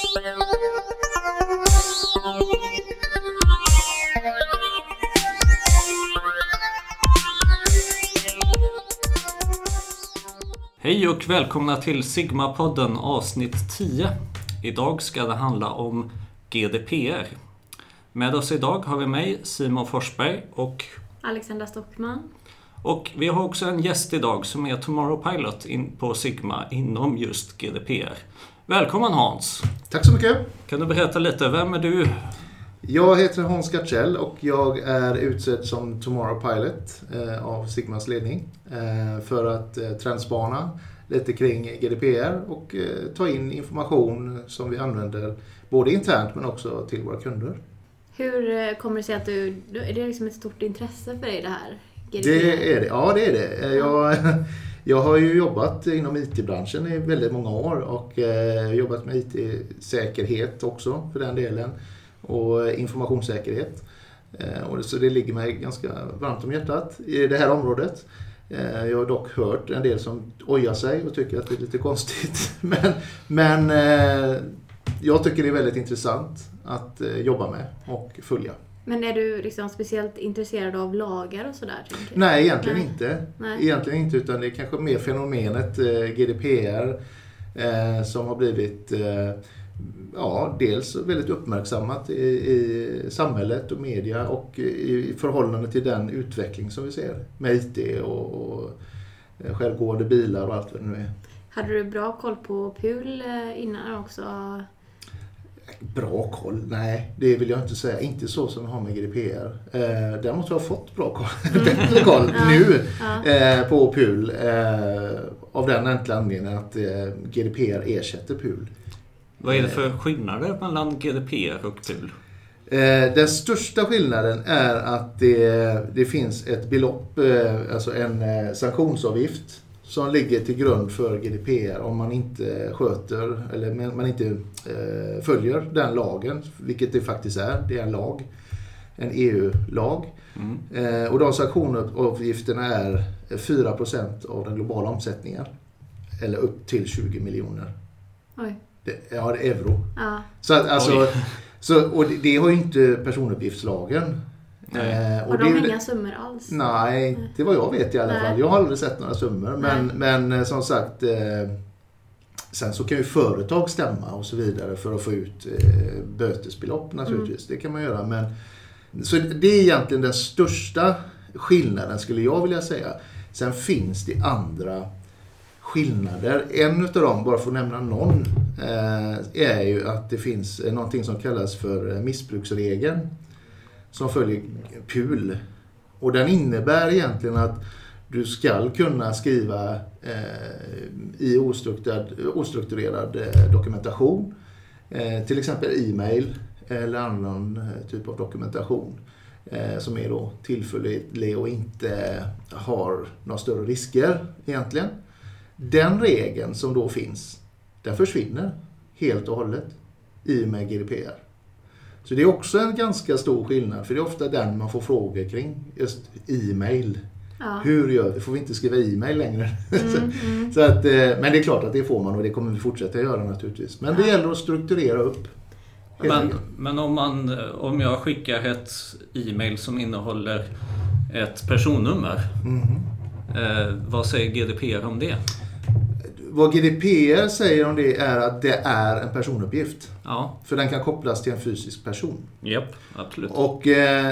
Hej och välkomna till Sigma-podden avsnitt 10. Idag ska det handla om GDPR. Med oss idag har vi mig, Simon Forsberg och Alexandra Stockman. Och vi har också en gäst idag som är Tomorrow Pilot på Sigma inom just GDPR. Välkommen Hans! Tack så mycket! Kan du berätta lite, vem är du? Jag heter Hans Gartell och jag är utsedd som Tomorrow Pilot av Sigmas ledning för att trendspana lite kring GDPR och ta in information som vi använder både internt men också till våra kunder. Hur kommer det sig att är det liksom ett stort intresse för dig det här? GDPR? Det är det, ja det är det. Jag har ju jobbat inom IT-branschen i väldigt många år och jobbat med IT-säkerhet också för den delen. Och informationssäkerhet. Så det ligger mig ganska varmt om hjärtat i det här området. Jag har dock hört en del som ojar sig och tycker att det är lite konstigt. Men jag tycker det är väldigt intressant att jobba med och följa. Men är du liksom speciellt intresserad av lagar och sådär? Nej, egentligen inte. Egentligen inte, utan det är kanske mer fenomenet GDPR som har blivit... dels väldigt uppmärksammat i samhället och media och i förhållande till den utveckling som vi ser med IT och självgående bilar och allt vad det nu är. Hade du bra koll på PUL innan också? Bra koll? Nej, det vill jag inte säga. Inte så som jag har med GDPR. Däremot har jag fått bra koll, bättre koll nu på PUL av den enkla anledningen att GDPR ersätter PUL. Vad är det för skillnader mellan GDPR och PUL? Den största skillnaden är att det finns ett belopp, alltså en sanktionsavgift som ligger till grund för GDPR om man inte sköter eller man inte följer den lagen, vilket det faktiskt är. Det är en lag, en EU-lag. Och de sanktionsavgifterna är 4% av den globala omsättningen eller upp till 20 miljoner. Oj. Det är euro. Ja. Så att, och det har ju inte personuppgiftslagen. Har de inga summor alls? Nej, det var jag vet i alla fall. Jag har aldrig sett några summor. Men som sagt, sen så kan ju företag stämma och så vidare för att få ut bötesbelopp naturligtvis. Det kan man göra. Så det är egentligen den största skillnaden skulle jag vilja säga. Sen finns det andra skillnader. En av dem, bara för att nämna någon, är ju att det finns någonting som kallas för missbruksregeln som följer PUL. Och den innebär egentligen att du ska kunna skriva i ostrukturerad dokumentation, till exempel e-mail eller annan typ av dokumentation som är då tillförlitlig och inte har några större risker egentligen. Den regeln som då finns, den försvinner helt och hållet i och med GDPR. Så det är också en ganska stor skillnad, för det är ofta den man får frågor kring, just e-mail. Ja. Hur gör vi? Får vi inte skriva e-mail längre? Så att, men det är klart att det får man och det kommer vi fortsätta göra naturligtvis. Men det gäller att strukturera upp. Men om jag skickar ett e-mail som innehåller ett personnummer, vad säger GDPR om det? Vad GDPR säger om det är att det är en personuppgift. Ja. För den kan kopplas till en fysisk person. Japp, absolut. Och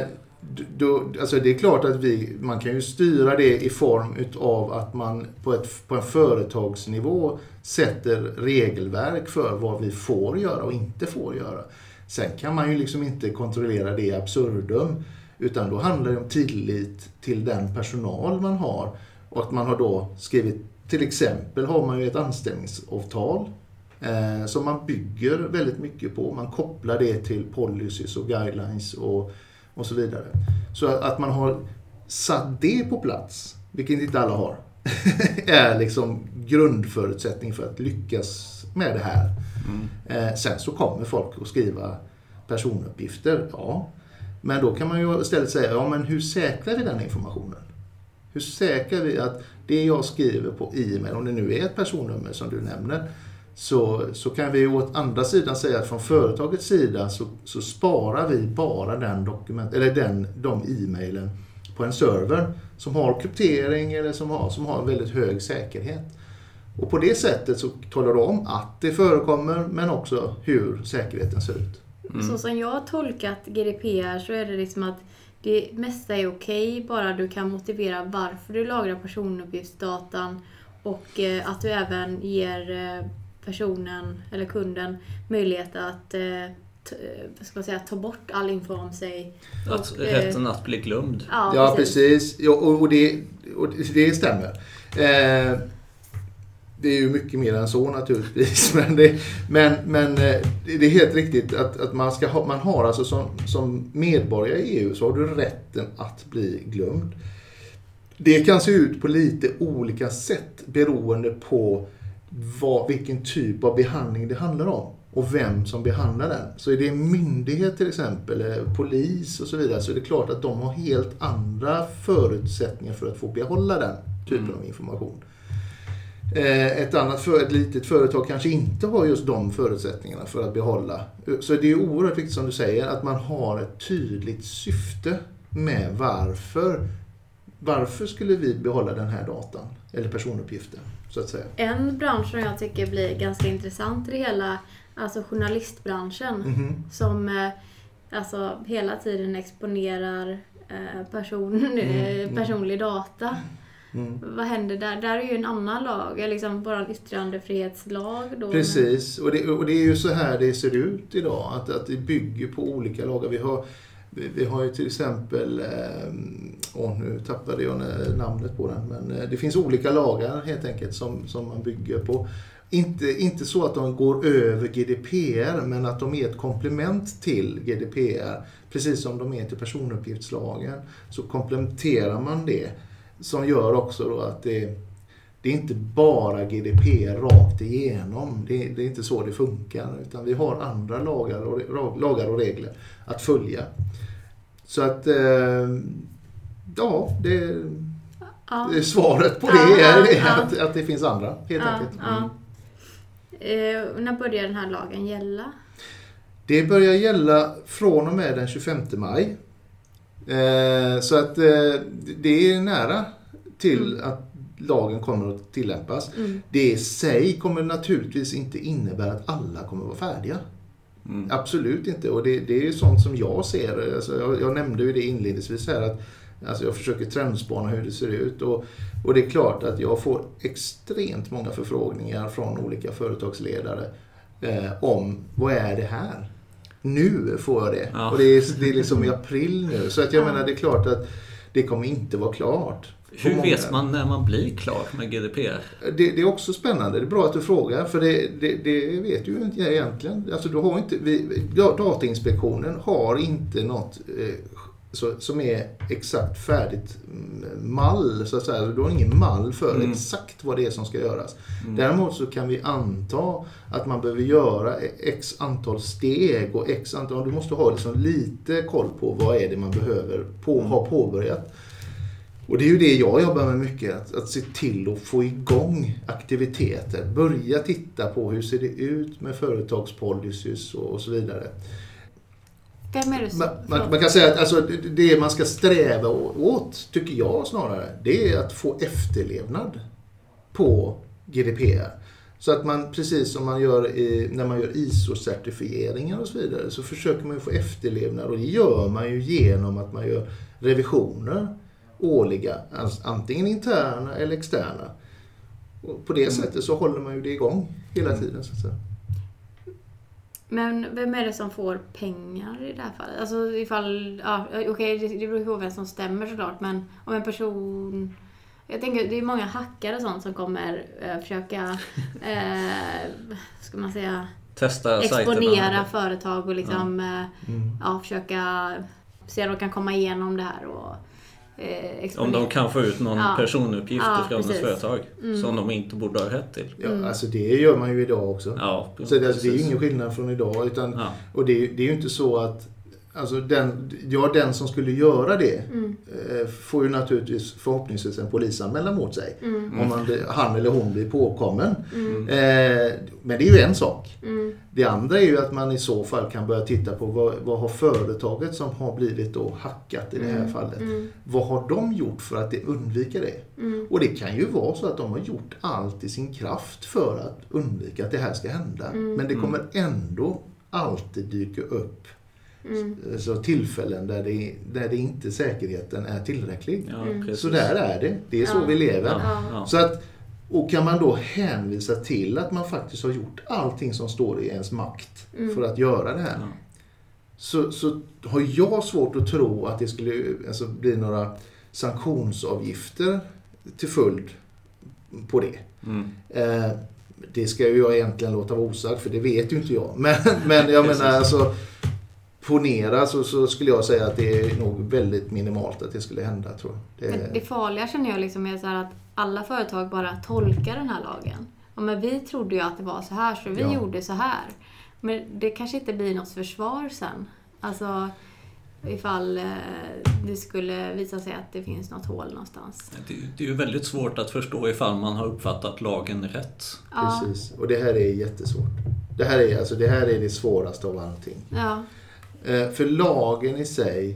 alltså det är klart att man kan ju styra det i form av att man på en företagsnivå sätter regelverk för vad vi får göra och inte får göra. Sen kan man ju liksom inte kontrollera det absurdum, utan då handlar det om tillit till den personal man har och att man har då skrivit. Till exempel har man ju ett anställningsavtal som man bygger väldigt mycket på. Man kopplar det till policies och guidelines och så vidare. Så att man har satt det på plats, vilket inte alla har, är liksom grundförutsättning för att lyckas med det här. Sen så kommer folk att skriva personuppgifter, ja. Men då kan man ju istället säga, ja men hur säkrar vi den informationen? Hur säkrar vi att det jag skriver på e-mail, om det nu är ett personnummer som du nämner, så kan vi åt andra sidan säga att från företagets sida så sparar vi bara de e-mailen på en server som har kryptering eller som har väldigt hög säkerhet. Och på det sättet så talar du om att det förekommer, men också hur säkerheten ser ut. Så som jag har tolkat GDPR så är det liksom att det mesta är okej, bara du kan motivera varför du lagrar personuppgiftsdatan och att du även ger personen eller kunden möjlighet att ta bort all info om sig. Rätten att bli glömd. Ja, precis. Ja, och det stämmer. Det är ju mycket mer än så naturligtvis. Men det är helt riktigt att man har alltså som medborgare i EU så har du rätten att bli glömd. Det kan se ut på lite olika sätt beroende på vilken typ av behandling det handlar om och vem som behandlar den. Så är det en myndighet till exempel, polis och så vidare, så är det klart att de har helt andra förutsättningar för att få behålla den typen av information. Ett litet företag kanske inte har just de förutsättningarna för att behålla. Så det är oerhört viktigt som du säger att man har ett tydligt syfte med varför skulle vi behålla den här datan eller personuppgiften så att säga. En bransch som jag tycker blir ganska intressant i det hela, alltså journalistbranschen som alltså hela tiden exponerar personlig data. Vad händer där? Där är ju en annan lag, liksom bara en yttrandefrihetslag då. Precis, och det är ju så här det ser ut idag, att det bygger på olika lagar. Vi har ju till exempel, nu tappade jag namnet på den, men det finns olika lagar helt enkelt som man bygger på. Inte så att de går över GDPR, men att de är ett komplement till GDPR, precis som de är till personuppgiftslagen, så komplementerar man det. Som gör också då att det är inte bara GDPR rakt igenom. Det är inte så det funkar. Utan vi har andra lagar och regler att följa. Så att det är svaret på det är att det finns andra helt enkelt. När börjar den här lagen gälla? Det börjar gälla från och med den 25 maj. Så att det är nära till att lagen kommer att tillämpas. Det i sig kommer naturligtvis inte innebära att alla kommer att vara färdiga. Absolut inte. Och det är ju sånt som jag ser. Alltså jag nämnde ju det inledningsvis här att alltså jag försöker trendspana hur det ser ut. Och det är klart att jag får extremt många förfrågningar från olika företagsledare om vad är det här? Nu får jag det. Ja. Och det är liksom i april nu. Så att jag menar, det är klart att det kommer inte vara klart. Hur vet man när man blir klar med GDPR? Det är också spännande. Det är bra att du frågar. För det vet du ju inte egentligen. Alltså, du har inte, Datainspektionen har inte något som är exakt färdigt mall. Så att säga. Du har ingen mall för exakt vad det är som ska göras. Däremot så kan vi anta att man behöver göra x antal steg och x antal. Du måste ha liksom lite koll på vad är det man behöver ha påbörjat. Och det är ju det jag jobbar med mycket, att se till att få igång aktiviteter. Börja titta på hur ser det ut med företagspolicys och så vidare. Vem är det så? Man kan säga att alltså, det man ska sträva åt, tycker jag snarare, det är att få efterlevnad på GDPR. Så att man, precis som man gör när man gör ISO-certifieringar och så vidare, så försöker man ju få efterlevnad. Och det gör man ju genom att man gör revisioner årliga, antingen interna eller externa. Och på det sättet så håller man ju det igång hela tiden så att säga. Men vem är det som får pengar i det här fallet? Alltså ifall, det beror på vem som stämmer såklart, men om en person, jag tänker det är många hackare och sånt som kommer försöka ska man säga, testa exponera företag och liksom försöka se om de kan komma igenom det här och om de kan få ut någon personuppgift från ett företag som de inte borde ha rätt till. Ja, alltså det gör man ju idag också. Ja, så det är ju ingen skillnad från idag. Och det är ju inte så att alltså den som skulle göra det får ju naturligtvis förhoppningsvis en polisanmälan mot sig. Om han eller hon blir påkommen. Men det är ju en sak. Det andra är ju att man i så fall kan börja titta på vad har företaget som har blivit då hackat i det här fallet. Vad har de gjort för att undvika det? Och det kan ju vara så att de har gjort allt i sin kraft för att undvika att det här ska hända. Men det kommer ändå alltid dyka upp så tillfällen där det inte säkerheten är tillräcklig. Så där är det. Det är så vi lever. Så att, och kan man då hänvisa till att man faktiskt har gjort allting som står i ens makt för att göra det här. Så har jag svårt att tro att det skulle bli några sanktionsavgifter till följd på det. Det ska ju jag egentligen låta vara osagt, för det vet ju inte jag. Men jag menar alltså, ponera så skulle jag säga att det är nog väldigt minimalt att det skulle hända, tror jag. Det farliga känner jag liksom är så här att alla företag bara tolkar den här lagen. Men vi trodde ju att det var så här, så vi gjorde så här. Men det kanske inte blir något försvar sen. Alltså ifall det skulle visa sig att det finns något hål någonstans. Det är ju väldigt svårt att förstå ifall man har uppfattat lagen rätt. Precis, och det här är jättesvårt. Det här är det svåraste av allting. För lagen i sig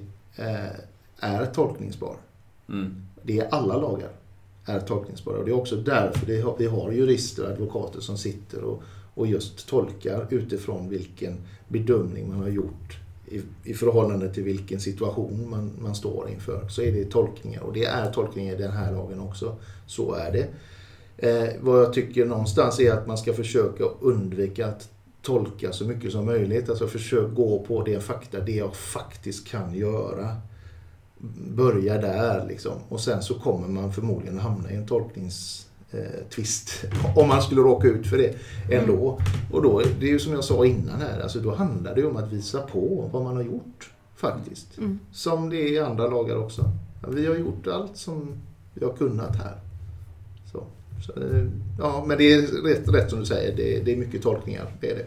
är tolkningsbar. Det är alla lagar är tolkningsbara. Och det är också därför vi har jurister och advokater som sitter och just tolkar utifrån vilken bedömning man har gjort i förhållande till vilken situation man står inför. Så är det tolkningar, och det är tolkningar i den här lagen också. Så är det. Vad jag tycker någonstans är att man ska försöka undvika att tolka så mycket som möjligt. Alltså försök gå på det jag faktiskt kan göra. Börja där liksom. Och sen så kommer man förmodligen hamna i en tolkningstvist. Om man skulle råka ut för det ändå. Och då, det är ju som jag sa innan här. Alltså då handlar det om att visa på vad man har gjort faktiskt. Som det är i andra lagar också. Vi har gjort allt som vi har kunnat här. Så, ja, men det är rätt som du säger. Det är mycket tolkningar. Det är det.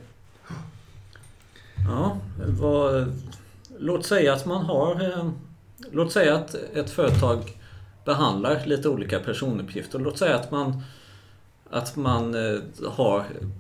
Ja, låt säga att man har... Låt säga att ett företag behandlar lite olika personuppgifter. Låt säga att man har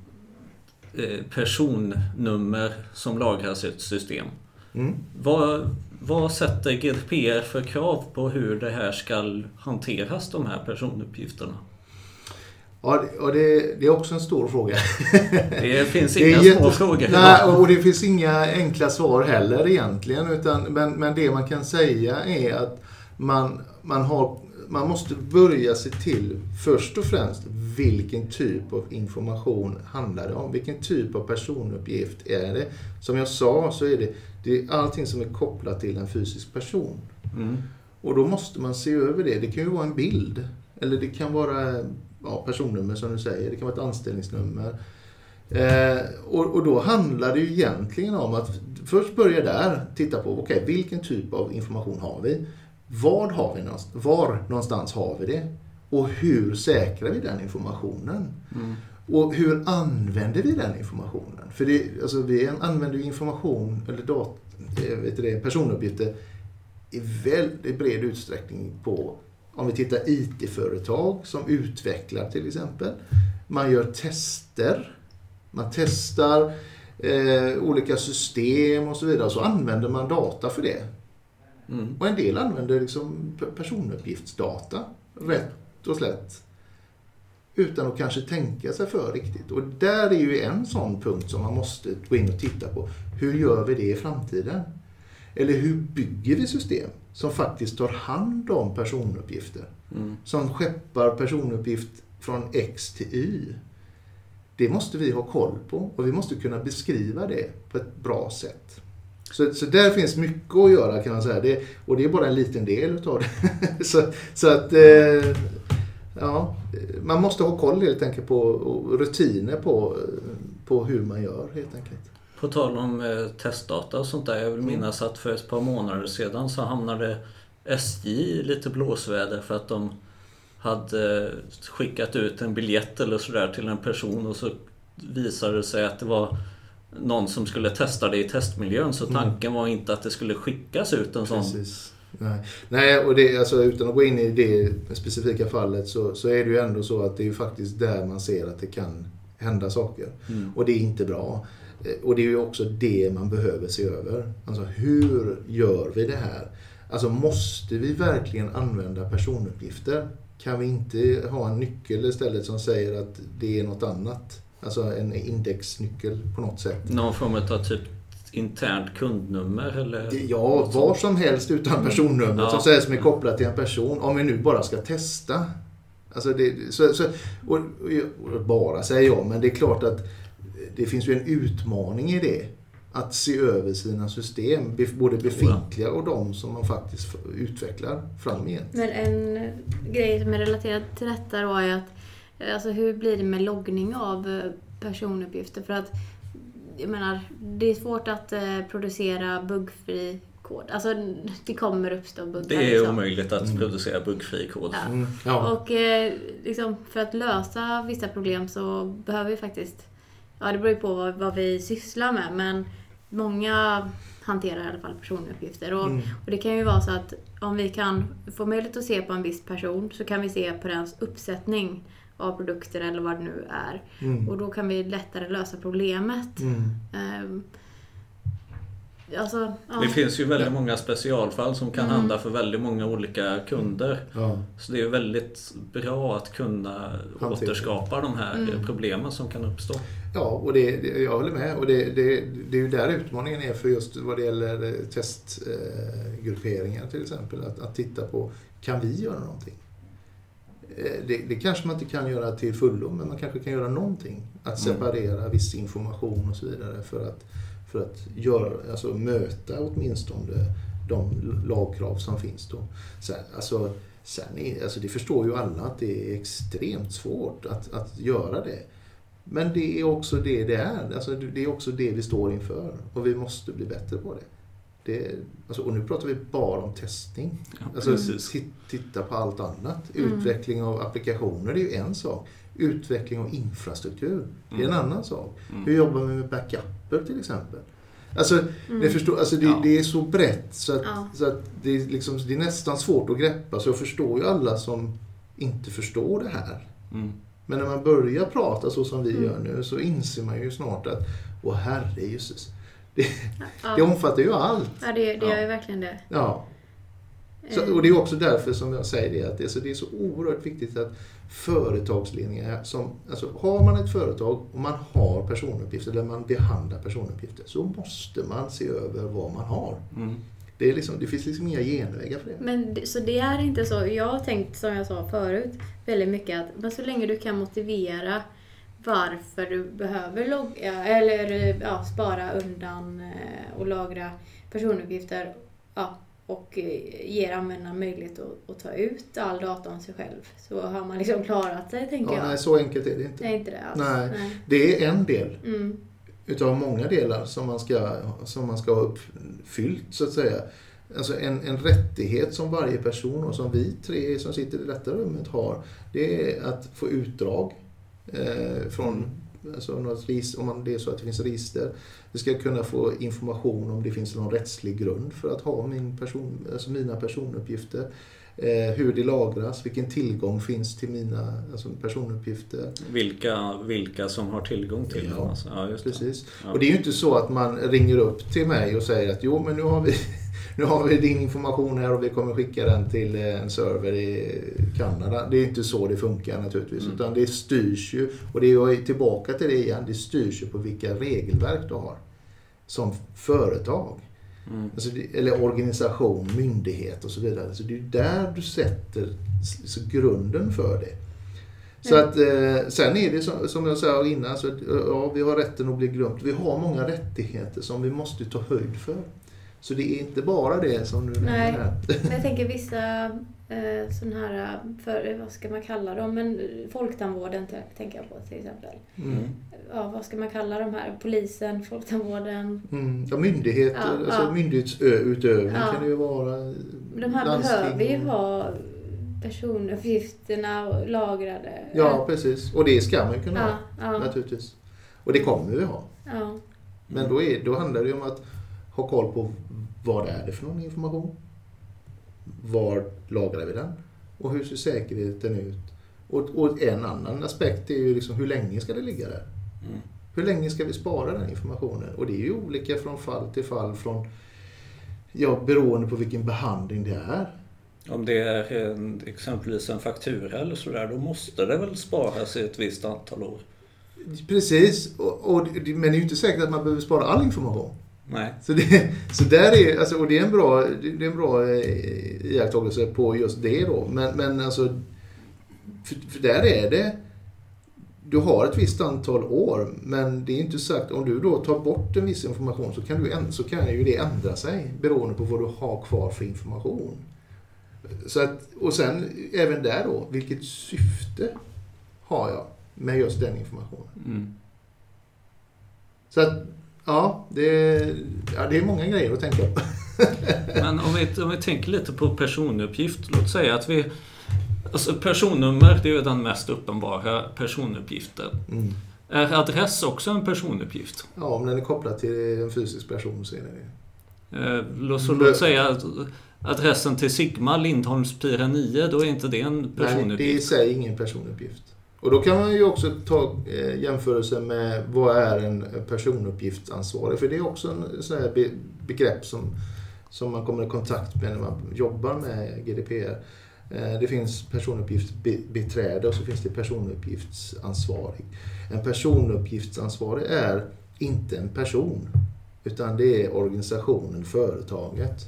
personnummer som lagras i ett system. Vad sätter GDPR för krav på hur det här ska hanteras, de här personuppgifterna? Ja, det är också en stor fråga. Det finns inga små frågor. Nej, och det finns inga enkla svar heller egentligen. Men det man kan säga är att man måste börja se till först och främst vilken typ av information handlar det om. Vilken typ av personuppgift är det? Som jag sa så är det allting som är kopplat till en fysisk person. Och då måste man se över det. Det kan ju vara en bild. Eller det kan vara... personnummer som du säger, det kan vara ett anställningsnummer. Och då handlar det ju egentligen om att först börja där, titta på vilken typ av information har vi? Var någonstans har vi det? Och hur säkrar vi den informationen? Och hur använder vi den informationen? För vi använder ju information eller personuppgifter i väldigt bred utsträckning på, om vi tittar IT-företag som utvecklar till exempel. Man gör tester. Man testar olika system och så vidare. Så använder man data för det. Och en del använder liksom personuppgiftsdata. Rätt och slätt. Utan att kanske tänka sig för riktigt. Och där är ju en sån punkt som man måste gå in och titta på. Hur gör vi det i framtiden? Eller hur bygger vi system som faktiskt tar hand om personuppgifter? Som skeppar personuppgift från X till Y. Det måste vi ha koll på. Och vi måste kunna beskriva det på ett bra sätt. Så där finns mycket att göra, kan man säga. Och det är bara en liten del utav det. så att... man måste ha koll helt enkelt på och rutiner på hur man gör helt enkelt. På tal om testdata och sånt där, jag vill minnas att för ett par månader sedan så hamnade SJ i lite blåsväder för att de hade skickat ut en biljett eller sådär till en person, och så visade det sig att det var någon som skulle testa det i testmiljön, så tanken var inte att det skulle skickas ut en sån. Precis. Nej, och det, alltså, utan att gå in i det specifika fallet så är det ju ändå så att det är ju faktiskt där man ser att det kan hända saker. Och det är inte bra. Och det är ju också det man behöver se över. Alltså hur gör vi det här? Alltså måste vi verkligen använda personuppgifter? Kan vi inte ha en nyckel istället som säger att det är något annat? Alltså en indexnyckel på något sätt. Någon form av typ internt kundnummer eller? Ja, var som helst utan personnummer som säger som är kopplat till en person. Om vi nu bara ska testa. Alltså och bara säger jag, men det är klart att det finns ju en utmaning i det. Att se över sina system, både befintliga och de som man faktiskt utvecklar framgent. Men en grej som är relaterad till detta då är att alltså hur blir det med loggning av personuppgifter? För att jag menar, det är svårt att producera buggfri kod. Alltså det kommer uppstå buggar. Det är liksom omöjligt att producera buggfri kod. Och liksom, för att lösa vissa problem så behöver vi faktiskt, det beror ju på vad vi sysslar med, men många hanterar i alla fall personuppgifter. Och det kan ju vara så att om vi kan få möjlighet att se på en viss person så kan vi se på dens uppsättning av produkter eller vad det nu är. Och då kan vi lättare lösa problemet. Alltså, det finns ju väldigt många specialfall som kan handla för väldigt många olika kunder. Så det är väldigt bra att kunna återskapa de här problemen som kan uppstå. Ja, och jag håller med. Och det är ju där utmaningen är för just vad det gäller testgrupperingar till exempel. Att titta på, kan vi göra någonting? Det kanske man inte kan göra till fullo, men man kanske kan göra någonting. Att separera viss information och så vidare för att göra, alltså möta åtminstone de lagkrav som finns då. Sen det förstår ju alla att det är extremt svårt att göra det. Men det är också det är. Alltså det är också det vi står inför. Och vi måste bli bättre på det. Och nu pratar vi bara om testning. Titta på allt annat. Utveckling av applikationer, det är ju en sak. Utveckling av infrastruktur, det är en annan sak. Hur jobbar vi med backuper till exempel? Det är så brett så att det är nästan svårt att greppa. Så jag förstår ju alla som inte förstår det här. Men när man börjar prata så som vi gör nu så inser man ju snart att herre Jesus, det omfattar ju allt. Ja, det gör ju verkligen det. Ja. Och det är också därför som jag säger det, att det är så oerhört viktigt att företagsledningar har man ett företag och man har personuppgifter eller man behandlar personuppgifter, så måste man se över vad man har. Det finns liksom inga genvägar för det. Men så det är inte så. Jag har tänkt, som jag sa förut, väldigt mycket att men så länge du kan motivera varför du behöver logga eller spara undan och lagra personuppgifter och ger användarna möjlighet att ta ut all data om sig själv, så har man liksom klarat sig, tänker jag. Nej, så enkelt är det inte. Det är inte det alls. Nej. Det är en del utav många delar som man ska ha uppfyllt, så att säga. Alltså en rättighet som varje person och som vi tre som sitter i detta rummet har, det är att få utdrag från något register, om det är så att det finns register. Vi ska kunna få information om det finns någon rättslig grund för att ha mina personuppgifter. Hur det lagras, vilken tillgång finns till mina personuppgifter. Vilka som har tillgång till dem. Alltså. Ja, just det. Precis. Ja. Och det är ju inte så att man ringer upp till mig och säger att men nu har vi din information här och vi kommer skicka den till en server i Kanada. Det är inte så det funkar naturligtvis. Utan det styrs ju, och det är tillbaka till det igen, det styrs ju på vilka regelverk du har som företag. Eller organisation, myndighet och så vidare. Så det är där du sätter grunden för det. Så att sen är det som jag sa innan, vi har rätten att bli glömt. Vi har många rättigheter som vi måste ta höjd för. Så det är inte bara det som du nämner här. Jag tänker vissa sådana här, vad ska man kalla dem? Men folktandvården tänker jag på till exempel. Vad ska man kalla de här? Polisen, folktandvården? Myndigheter, myndighetsutövning kan det ju vara. De här behöver ju ha personuppgifterna lagrade. Ja, precis. Och det ska man kunna ha, naturligtvis. Och det kommer vi ha. Ja. Men då handlar det ju om att ha koll på vad är det för någon information. Var lagrar vi den? Och hur ser säkerheten ut? Och en annan aspekt är ju liksom hur länge ska det ligga där? Hur länge ska vi spara den informationen? Och det är ju olika från fall till fall, beroende på vilken behandling det är. Om det är exempelvis en faktura eller sådär, då måste det väl sparas i ett visst antal år? Precis, men det är ju inte säkert att man behöver spara all information. Nej. Så där är, alltså, och det är en bra iakttagelse på just det då. Men alltså, för där är det, du har ett visst antal år, men det är inte sagt, om du då tar bort en viss information så kan ju det ändra sig beroende på vad du har kvar för information. Så att, och sen även där då, vilket syfte har jag med just den informationen? Så att det är många grejer att tänka på. Men om vi tänker lite på personuppgift, låt säga att alltså personnummer, det är ju den mest uppenbara personuppgiften. Är adress också en personuppgift? Ja, om den är kopplad till en fysisk person så är det. Låt säga adressen till Sigma, Lindholmspira 9, då är inte det en personuppgift. Nej, det är i sig ingen personuppgift. Och då kan man ju också ta jämförelse med vad är en personuppgiftsansvarig. För det är också en sån här begrepp som man kommer i kontakt med när man jobbar med GDPR. Det finns personuppgiftsbiträde och så finns det personuppgiftsansvarig. En personuppgiftsansvarig är inte en person, utan det är organisationen, företaget.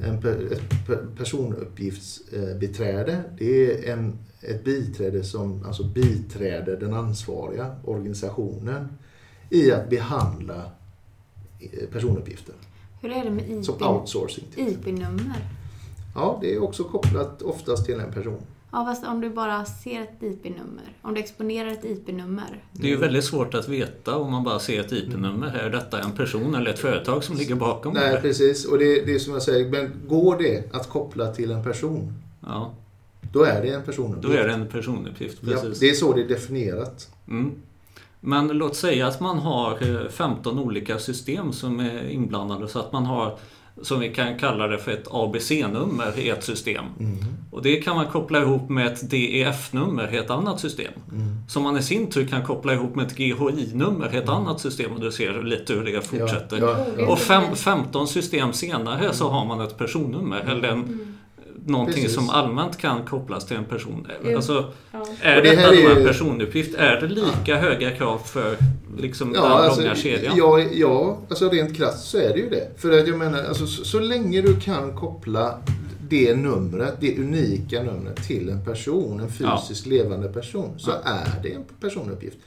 Ett personuppgiftsbiträde, det är ett biträde som alltså biträder den ansvariga organisationen i att behandla personuppgifter. Hur är det med IP? Som outsourcing. IP-nummer? Ja, det är också kopplat oftast till en person. Ja, fast om du bara ser ett IP-nummer. Om du exponerar ett IP-nummer. Det är ju väldigt svårt att veta om man bara ser ett IP-nummer. Är detta en person eller ett företag som ligger bakom? Nej, det? Precis. Och det är som jag säger, men går det att koppla till en person? Ja. Då är det en personuppgift. Då är det en personuppgift, precis. Ja, det är så det är definierat. Men låt säga att man har 15 olika system som är inblandade, så att man har, som vi kan kalla det för ett ABC-nummer i ett system. Och det kan man koppla ihop med ett DEF-nummer i ett annat system. Som man i sin tur kan koppla ihop med ett GHI-nummer i ett annat system, och du ser lite hur det fortsätter. Och 15 system senare så har man ett personnummer eller någonting Precis. Som allmänt kan kopplas till en person. Alltså, Ja. är detta då en personuppgift? Är det lika höga krav för liksom den långa kedjan? Ja, alltså rent krasst så är det ju det. För att jag menar, alltså, så länge du kan koppla det numret, det unika numret till en person, en fysiskt levande person, så är det en personuppgift.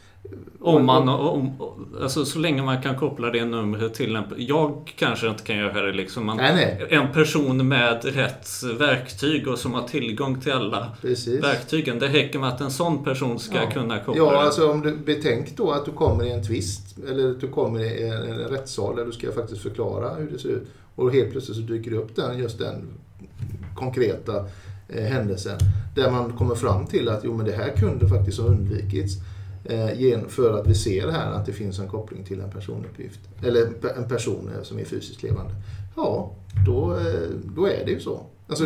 Alltså, så länge man kan koppla det numret till jag kanske inte kan göra det liksom. En person med rätt verktyg och som har tillgång till alla verktygen. Det räcker med att en sån person ska kunna koppla det. Alltså om du betänk då att du kommer i en tvist eller att du kommer i en rättssal där du ska faktiskt förklara hur det ser ut, och helt plötsligt så dyker det upp just den konkreta händelsen där man kommer fram till att men det här kunde faktiskt ha undvikits för att vi ser här att det finns en koppling till en personuppgift eller en person som är fysiskt levande. Ja, då är det ju så. Alltså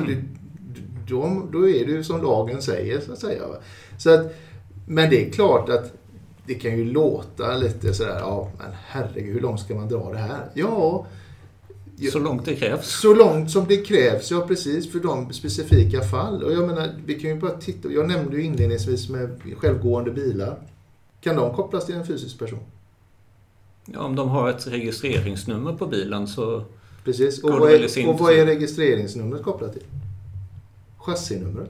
då är det ju som lagen säger, så att säga. Så att, men det är klart att det kan ju låta lite sådär, men herregud, hur långt ska man dra det här? Ja, så långt det krävs. Så långt som det krävs, ja precis, för de specifika fall. Och jag menar, vi kan ju bara titta. Jag nämnde ju inledningsvis med självgående bilar. Kan de kopplas till en fysisk person? Ja, om de har ett registreringsnummer på bilen så... Precis, och vad är registreringsnumret kopplat till? Chassinumret.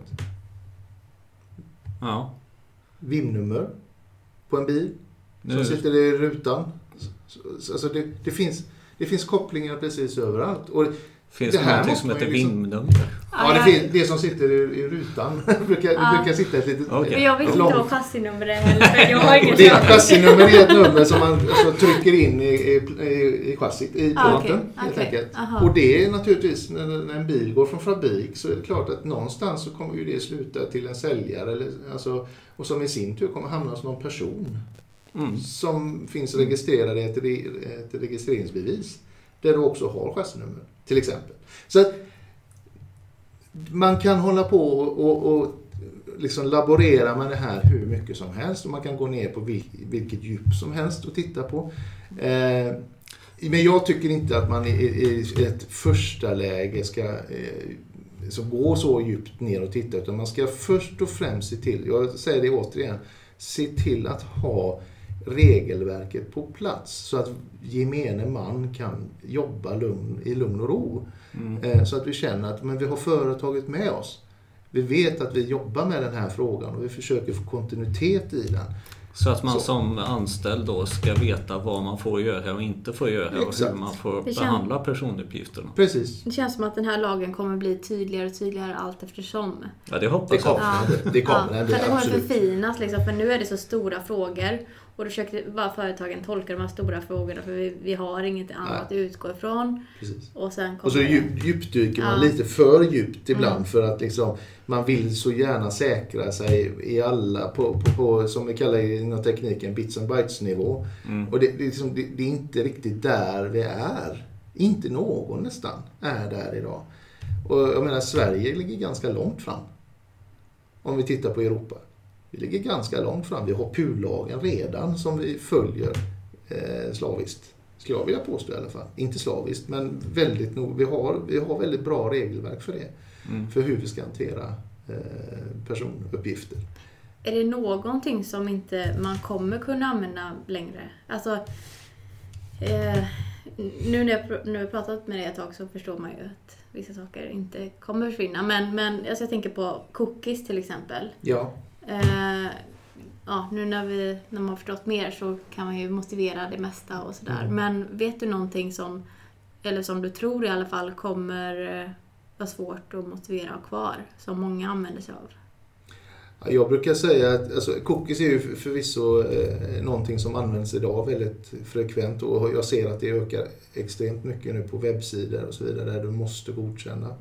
Ja. VIN-nummer på en bil som sitter i rutan. Alltså det finns kopplingar precis överallt. Och finns det någonting som heter VIN-nummer? Ja, det som sitter i rutan. Det brukar sitta ett litet... Okay. Jag vet inte vad chassinummer är heller. Jag har inget chassinummer är ett nummer som man trycker in i chassit, i plåten helt enkelt. Och det är naturligtvis, när en bil går från fabrik, så är det klart att någonstans så kommer ju det sluta till en säljare. Och som i sin tur kommer hamna hos någon person. som finns registrerade i ett registreringsbevis där du också har chassinummer till exempel. Så att man kan hålla på och liksom laborera med det här hur mycket som helst och man kan gå ner på vilket djup som helst och titta på. Men jag tycker inte att man i ett första läge ska så gå så djupt ner och titta, utan man ska först och främst se till, jag säger det återigen, se till att ha regelverket på plats så att gemene man kan jobba i lugn och ro. Så att vi känner att men vi har företaget med oss. Vi vet att vi jobbar med den här frågan och vi försöker få kontinuitet i den. Så att man som anställd då ska veta vad man får göra och inte får göra. Exakt. Och hur man får behandla personuppgifterna. Precis. Det känns som att den här lagen kommer bli tydligare och tydligare allt eftersom. Ja, det hoppas jag. Det kommer. För det kommer förfinas liksom, för nu är det så stora frågor. Och då försöker bara företagen tolka de här stora frågorna för vi har inget annat att utgå ifrån. Precis. Och sen och så djupdyker man lite för djupt ibland för att liksom, man vill så gärna säkra sig i alla på som vi kallar inom tekniken bits and bytes nivå. Och det är inte riktigt där vi är. Inte någon nästan är där idag. Och jag menar Sverige ligger ganska långt fram. Om vi tittar på Europa. Vi ligger ganska långt fram. Vi har PUL-lagen redan som vi följer slaviskt. Skulle jag vilja påstå i alla fall. Inte slaviskt, men väldigt nog. Vi har väldigt bra regelverk för det. För hur vi ska hantera personuppgifter. Är det någonting som inte man kommer kunna använda längre? Alltså, nu när jag pratat med dig ett tag så förstår man ju att vissa saker inte kommer försvinna. Men alltså jag tänker på cookies till exempel. Ja. Nu när man har förstått mer så kan man ju motivera det mesta och sådär. Men vet du någonting som du tror i alla fall kommer vara svårt att motivera kvar som många använder sig av? Jag brukar säga att alltså, cookies är ju förvisso någonting som används idag väldigt frekvent och jag ser att det ökar extremt mycket nu på webbsidor och så vidare där du måste godkänna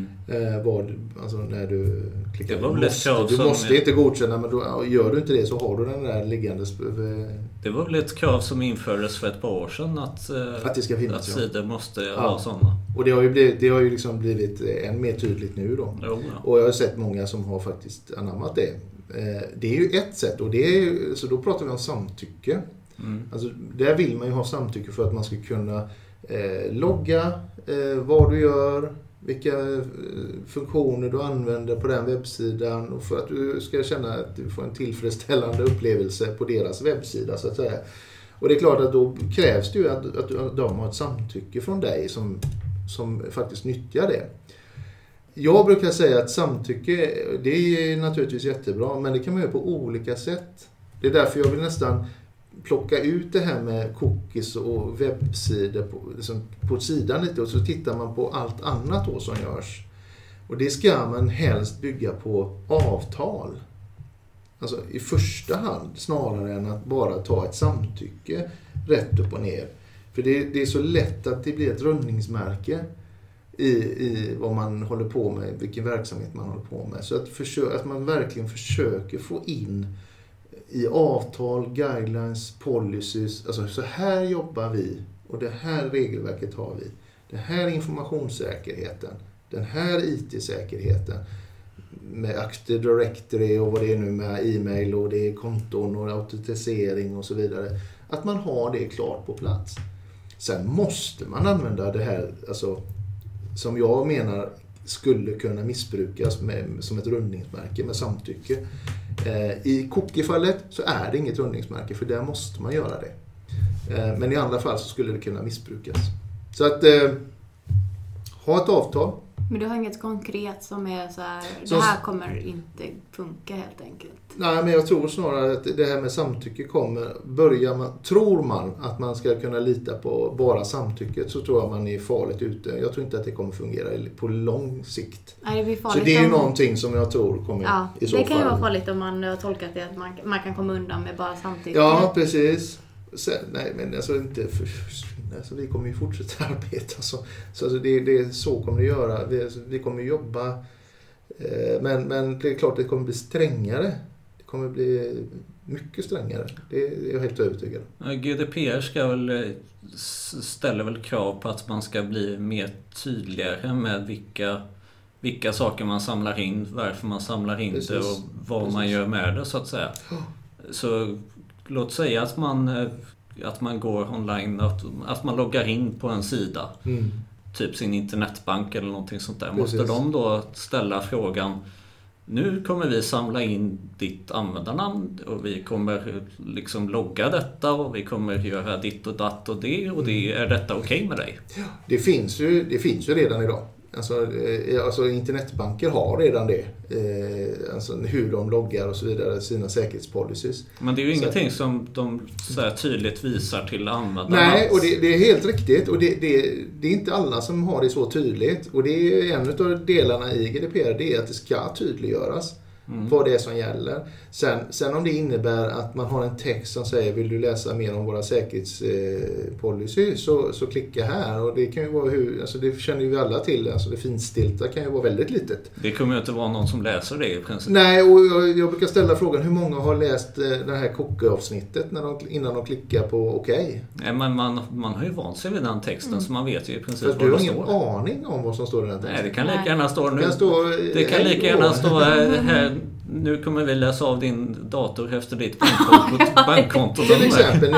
alltså när du klickar. Du måste inte godkänna, men då gör du inte det så har du den där liggandes. Det var väl ett krav som infördes för ett par år sedan att det ska finnas, att sidor måste ha sådana. Och det har ju liksom blivit än mer tydligt nu då. Och jag har sett många som har faktiskt anammat det. Det är ju ett sätt och så då pratar vi om samtycke. Alltså, där vill man ju ha samtycke för att man ska kunna logga vad du gör, vilka funktioner du använder på den webbsidan och för att du ska känna att du får en tillfredsställande upplevelse på deras webbsida så att säga. Och det är klart att då krävs det ju att de har ett samtycke från dig som faktiskt nyttjar det. Jag brukar säga att samtycke, det är naturligtvis jättebra, men det kan man göra på olika sätt. Det är därför jag vill nästan plocka ut det här med cookies och webbsidor på sidan lite och så tittar man på allt annat då som görs. Och det ska man helst bygga på avtal. Alltså i första hand snarare än att bara ta ett samtycke rätt upp och ner. För det är så lätt att det blir ett rundningsmärke i vad man håller på med, vilken verksamhet man håller på med. Så att man verkligen försöker få in i avtal, guidelines, policies, alltså så här jobbar vi och det här regelverket har vi. Det här informationssäkerheten, den här IT-säkerheten med Active Directory och vad det är nu med e-mail och det är konton och autentisering och så vidare. Att man har det klart på plats. Sen måste man använda det här, alltså, som jag menar skulle kunna missbrukas som ett rundningsmärke med samtycke. I cookie-fallet så är det inget rundningsmärke för där måste man göra det. Men i andra fall så skulle det kunna missbrukas. Så att ha ett avtal. Men du har inget konkret som är så här, det här kommer inte funka helt enkelt? Nej, men jag tror snarare att det här med samtycke kommer, tror man att man ska kunna lita på bara samtycket så tror jag man är farligt ute. Jag tror inte att det kommer fungera på lång sikt. Nej, det blir farligt. Så det är ju någonting som jag tror kommer i så fall. Det kan ju vara farligt om man har tolkat det att man kan komma undan med bara samtycke. Ja, precis. Nej, men alltså inte alltså vi kommer ju fortsätta arbeta så så kommer det göra. Vi kommer jobba men det är klart det kommer bli strängare. Det kommer bli mycket strängare. Det är jag helt övertygad om. GDPR ställer väl krav på att man ska bli mer tydligare med vilka saker man samlar in, varför man samlar in det och vad man gör med det, så att säga. Så låt säga att man går online, att man loggar in på en sida, typ sin internetbank eller någonting sånt där. Måste de då ställa frågan: nu kommer vi samla in ditt användarnamn och vi kommer liksom logga detta och vi kommer göra ditt och datt och det, är detta okej med dig? Det finns ju redan idag. Alltså internetbanker har redan det. Alltså hur de loggar och så vidare, sina säkerhetspolicies. Men det är ju ingenting som de så här tydligt visar till användarna. Nej, och det är helt riktigt. Och det är inte alla som har det så tydligt. Och det är en av delarna i GDPR, det är att det ska tydliggöras vad det är som gäller. Sen om det innebär att man har en text som säger: vill du läsa mer om våra säkerhetspolicy, så klicka här. Och det kan ju vara det känner ju vi alla till. Alltså det finstilta kan ju vara väldigt litet. Det kommer ju inte vara någon som läser det i princip. Nej, och jag brukar ställa frågan: hur många har läst det här kockavsnittet innan de klickar på okej? Nej, men man har ju vant sig vid den texten, så man vet ju i princip vad det står. Du har ingen aning om vad som står i den texten. Nej, det kan lika gärna stå nu. Det kan lika gärna stå här: nu kommer vi läsa av din dator efter ditt bankkonto. Till exempel,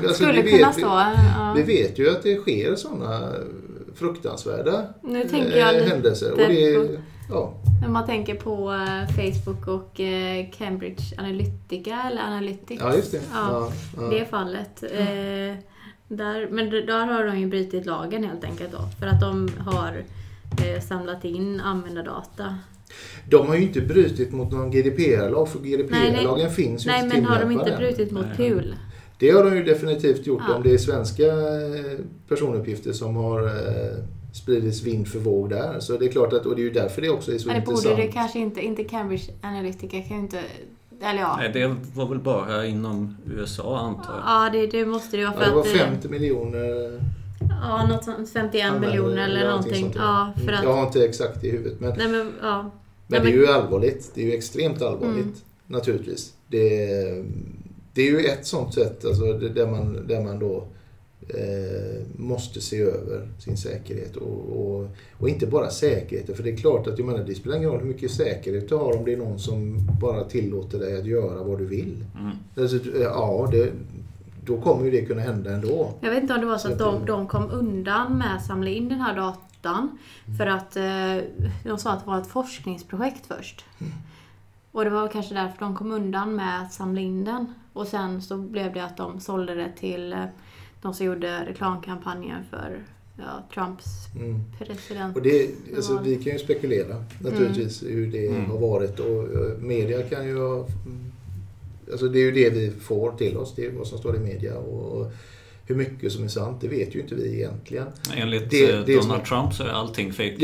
vi vet ju att det sker sådana fruktansvärda händelser. Och när man tänker på Facebook och Cambridge Analytica eller Analytics. Ja, just det. Det fallet. Men där har de ju brutit lagen helt enkelt då. För att de har samlat in användardata. De har ju inte brutit mot någon GDPR-lag, för GDPR-lagen finns ju inte. Nej, men har de inte brutit mot PUL? Det har de ju definitivt gjort. Om det är svenska personuppgifter som har spridits vind för våg där. Så det är klart att, och det är ju därför det också är så intressant. Borde det kanske inte Cambridge Analytica kan inte... Eller ja. Nej, det var väl bara inom USA, antar jag. Ja, det måste det vara. För det var 50 miljoner... Ja, något sånt, 51 miljoner eller någonting. Ja, för att... Jag har inte exakt i huvudet. Men, men det är ju allvarligt. Det är ju extremt allvarligt, naturligtvis. Det är ju ett sånt sätt, alltså, där man då måste se över sin säkerhet. Och inte bara säkerhet. För det är klart att det spelar ingen roll hur mycket säkerhet du har om det är någon som bara tillåter dig att göra vad du vill. Alltså, då kommer ju det kunna hända ändå. Jag vet inte om det var så att de kom undan med att samla in den här datan. För att de sa att det var ett forskningsprojekt först. Och det var kanske därför de kom undan med att samla in den. Och sen så blev det att de sålde det till de som gjorde reklamkampanjen för Trumps president. Och vi kan ju spekulera naturligtvis hur det har varit. Och media kan ju ha... Alltså det är ju det vi får till oss, det är vad som står i media, och hur mycket som är sant, det vet ju inte vi egentligen. Enligt Donald Trump så är allting fake.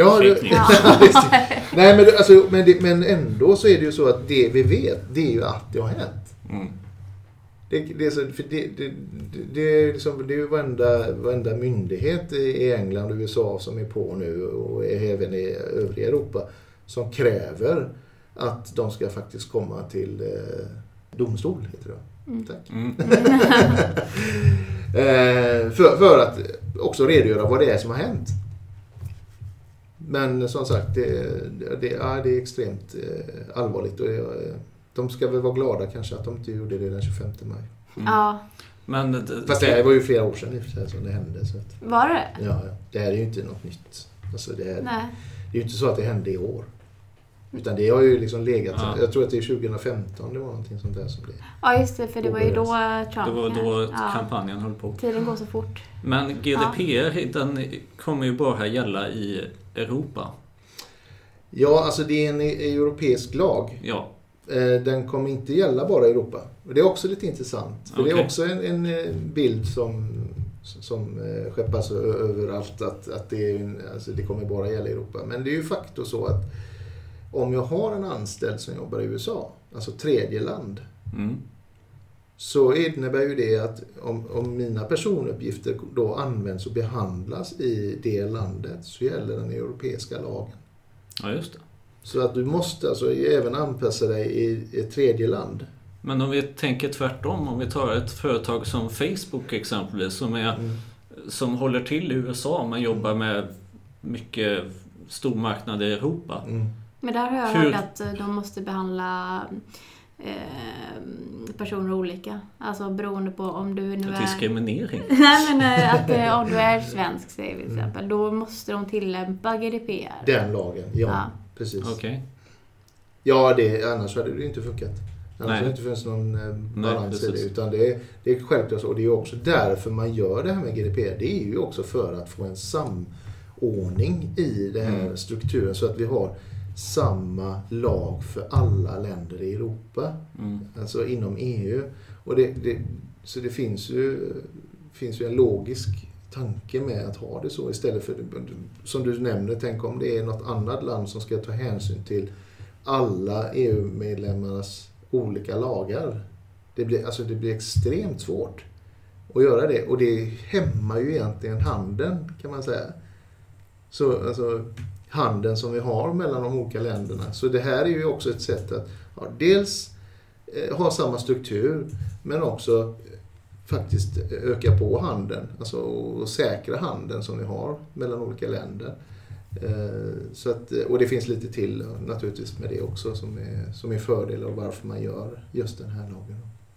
Nej, men ändå så är det ju så att det vi vet, det är ju att det har hänt. Det är ju varenda myndighet i England och USA som är på nu, och även i övriga Europa, som kräver att de ska faktiskt komma till domstol, heter det. Tack. För att också redogöra vad det är som har hänt. Men som sagt, det är extremt allvarligt, och de ska väl vara glada kanske att de inte gjorde det den 25 maj. Ja. Men fast det var ju flera år sedan i och för sig som det hände. Så att, var det? Ja, det här är ju inte något nytt. Alltså det är ju inte så att det hände i år. Utan det har ju liksom legat, jag tror att det är 2015 det var någonting sånt där som blev. Ja, just det, för det var ju då Trump. Det var då kampanjen höll på. Tiden går så fort. Men GDPR, den kommer ju bara gälla i Europa. Ja, alltså det är en europeisk lag. Ja. Den kommer inte gälla bara i Europa. Och det är också lite intressant. För det är också en bild som skeppas överallt att det kommer bara gälla i Europa. Men det är ju faktiskt så att om jag har en anställd som jobbar i USA, alltså tredje land, så innebär ju det att om mina personuppgifter då används och behandlas i det landet, så gäller den europeiska lagen. Ja, just det. Så att du måste alltså även anpassa dig i ett tredje land Men om vi tänker tvärtom, om vi tar ett företag som Facebook exempelvis som håller till i USA, man jobbar med mycket stormarknader i Europa. Men där har jag hört att de måste behandla personer olika. Alltså beroende på om du nu är... Diskriminering? Nej, men att om du är svensk, säger vi till exempel, då måste de tillämpa GDPR. Den lagen, ja. Precis. Okej. Ja, annars hade det inte funkat. Annars hade det inte funnits någon balans i det. Utan det är självklart så. Och det är också därför man gör det här med GDPR. Det är ju också för att få en samordning i den här strukturen. Så att vi har samma lag för alla länder i Europa. Alltså inom EU. Och så det finns ju en logisk tanke med att ha det så. Istället för, som du nämnde, tänk om det är något annat land som ska ta hänsyn till alla EU-medlemmarnas olika lagar. Det blir extremt svårt att göra det. Och det hämmar ju egentligen handeln, kan man säga. Så alltså handeln som vi har mellan de olika länderna. Så det här är ju också ett sätt att dels ha samma struktur, men också faktiskt öka på handeln. Alltså och säkra handeln som vi har mellan olika länder. Så att, och det finns lite till naturligtvis med det också som är fördelar och varför man gör just den här lagen.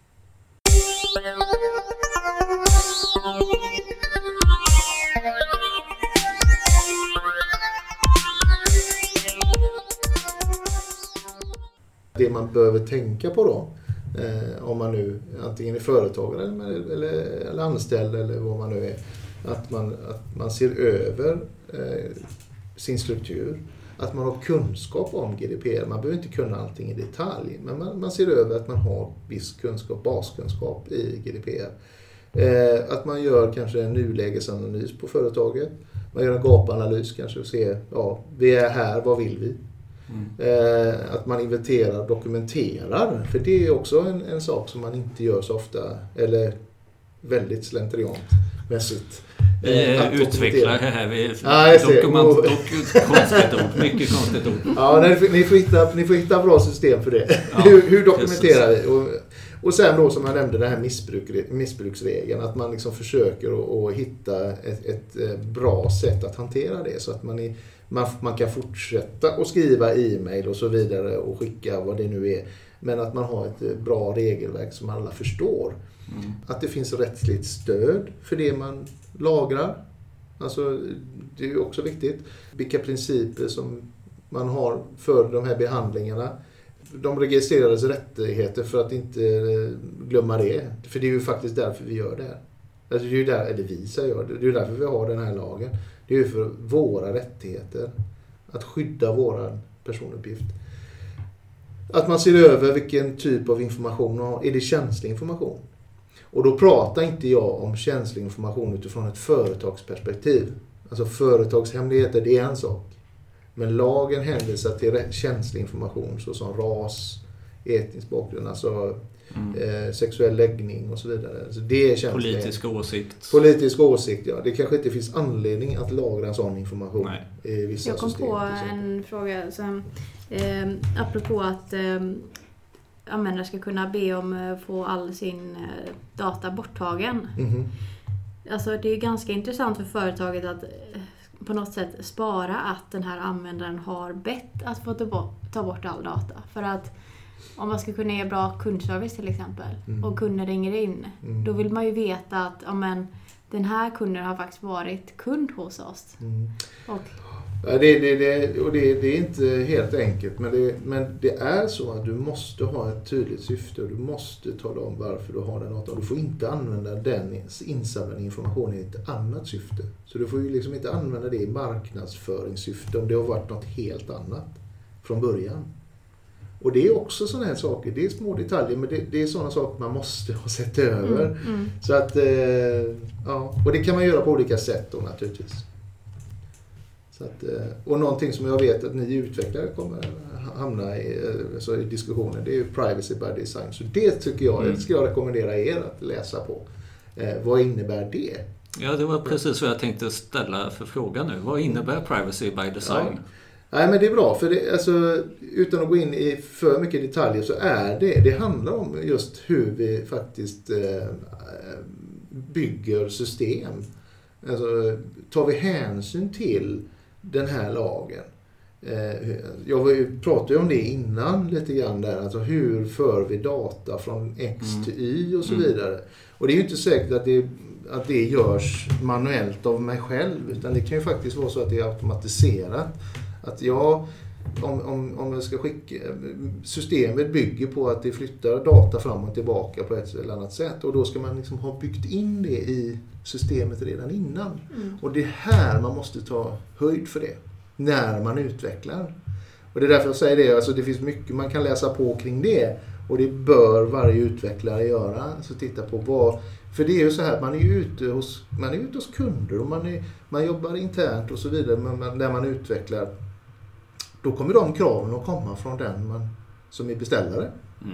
Det man behöver tänka på då, om man nu antingen är företagare eller anställd eller vad man nu är, att man ser över sin struktur, att man har kunskap om GDPR. Man behöver inte kunna allting i detalj, men man ser över att man har viss kunskap, baskunskap i GDPR. Att man gör kanske en nulägesanalys på företaget. Man gör en gapanalys kanske och ser, vi är här, vad vill vi? Att man inventerar, dokumenterar. För det är också en sak som man inte gör så ofta, eller väldigt slentrianmässigt. Vi utvecklare här, konstigt ord, mycket konstigt ord. Ja, ni får hitta bra system för det. Ja, hur dokumenterar vi? Och sen då, som jag nämnde, den här missbruksregeln, att man liksom försöker att hitta ett bra sätt att hantera det, så att man kan fortsätta att skriva e-mail och så vidare och skicka vad det nu är, men att man har ett bra regelverk som alla förstår. Att det finns rättsligt stöd för det man lagrar. Alltså, det är ju också viktigt. Vilka principer som man har för de här behandlingarna. De registrerades rättigheter, för att inte glömma det. För det är ju faktiskt därför vi gör det här. Alltså det är ju det är därför vi har den här lagen. Det är ju för våra rättigheter. Att skydda våra personuppgift. Att man ser över vilken typ av information man har. Är det känslig information? Och då pratar inte jag om känslig information utifrån ett företagsperspektiv. Alltså företagshemligheter, det är en sak. Men lagen hänvisar till känslig information såsom ras, etnisk bakgrund, alltså sexuell läggning och så vidare. Så det är känsligt. Politisk åsikt, ja. Det kanske inte finns anledning att lagra en sån information. Nej. I vissa Jag kom system, på en fråga som, apropå att användare ska kunna be om att få all sin data borttagen. Alltså det är ganska intressant för företaget att på något sätt spara att den här användaren har bett att få ta bort all data. För att om man ska kunna ge bra kundservice till exempel och kunder ringer in, då vill man ju veta att den här kunden har faktiskt varit kund hos oss. Ja, det är inte helt enkelt, men det är så att du måste ha ett tydligt syfte och du måste tala om varför du har den datan. Du får inte använda den insamlade informationen i ett annat syfte. Så du får ju liksom inte använda det i marknadsföringssyfte om det har varit något helt annat från början. Och det är också sådana här saker, det är små detaljer, men det är sådana saker man måste ha sett över. Så att, och det kan man göra på olika sätt då naturligtvis. Så att, och någonting som jag vet att ni utvecklare kommer hamna i diskussioner, det är ju privacy by design. Så det tycker jag, ska jag rekommendera er att läsa på. Vad innebär det? Ja, det var precis vad jag tänkte ställa för fråga nu. Vad innebär privacy by design? Nej, men det är bra, för det, alltså, utan att gå in i för mycket detaljer så är det handlar om just hur vi faktiskt bygger system. Alltså, tar vi hänsyn till den här lagen? Jag pratade ju om det innan lite grann där, alltså hur för vi data från X till Y och så vidare. Och det är ju inte säkert att det görs manuellt av mig själv, utan det kan ju faktiskt vara så att det är automatiserat. Att om jag ska skicka, systemet bygger på att det flyttar data fram och tillbaka på ett eller annat sätt, och då ska man liksom ha byggt in det i systemet redan innan. Och det är här man måste ta höjd för det när man utvecklar. Och det är därför jag säger det, alltså det finns mycket man kan läsa på kring det, och det bör varje utvecklare göra. Så titta på för det är ju så här, man är ute hos kunder och man jobbar internt och så vidare, men när man utvecklar, då kommer de kraven att komma från den som är beställare.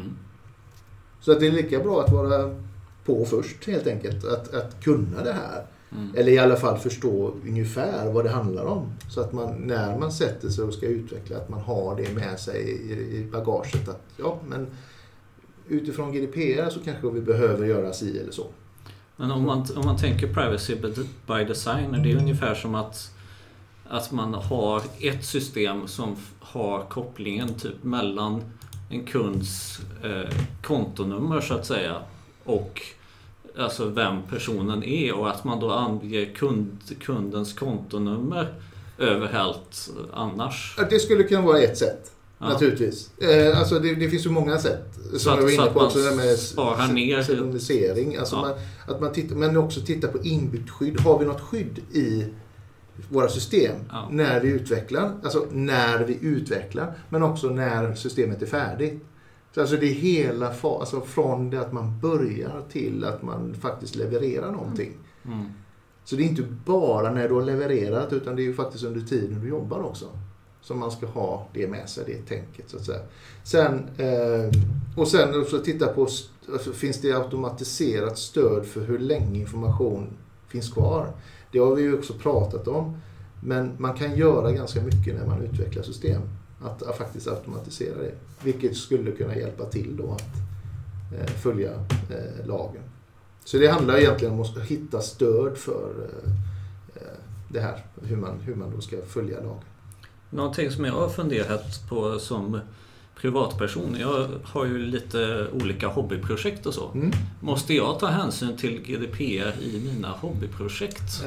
Så att det är lika bra att vara på först helt enkelt, att kunna det här. Eller i alla fall förstå ungefär vad det handlar om. Så att man, när man sätter sig och ska utveckla, att man har det med sig i bagaget. Att men utifrån GDPR så kanske vi behöver göra si eller så. Men om man tänker privacy by design, är det ungefär som att man har ett system som har kopplingen typ mellan en kunds kontonummer så att säga och alltså vem personen är, och att man då anger kundens kontonummer överallt annars. Ja, det skulle kunna vara ett sätt. Ja. Naturligtvis. Alltså det finns ju många sätt. Så att man sparar ner pseudonymisering. Alltså att man tittar, men också titta på inbyggt skydd. Har vi något skydd i våra system när vi utvecklar? Alltså när vi utvecklar, men också när systemet är färdigt. Så alltså det är hela alltså från det att man börjar till att man faktiskt levererar någonting. Så det är inte bara när du har levererat, utan det är ju faktiskt under tiden du jobbar också. Som man ska ha det med sig, det tänket så att säga. Sen också titta på, alltså, finns det automatiserat stöd för hur länge information finns kvar? Det har vi ju också pratat om. Men man kan göra ganska mycket när man utvecklar system. Att faktiskt automatisera det. Vilket skulle kunna hjälpa till då att följa lagen. Så det handlar egentligen om att hitta stöd för det här. Hur man då ska följa lagen. Någonting som jag har funderat på som privatperson, jag har ju lite olika hobbyprojekt och så. Måste jag ta hänsyn till GDPR i mina hobbyprojekt?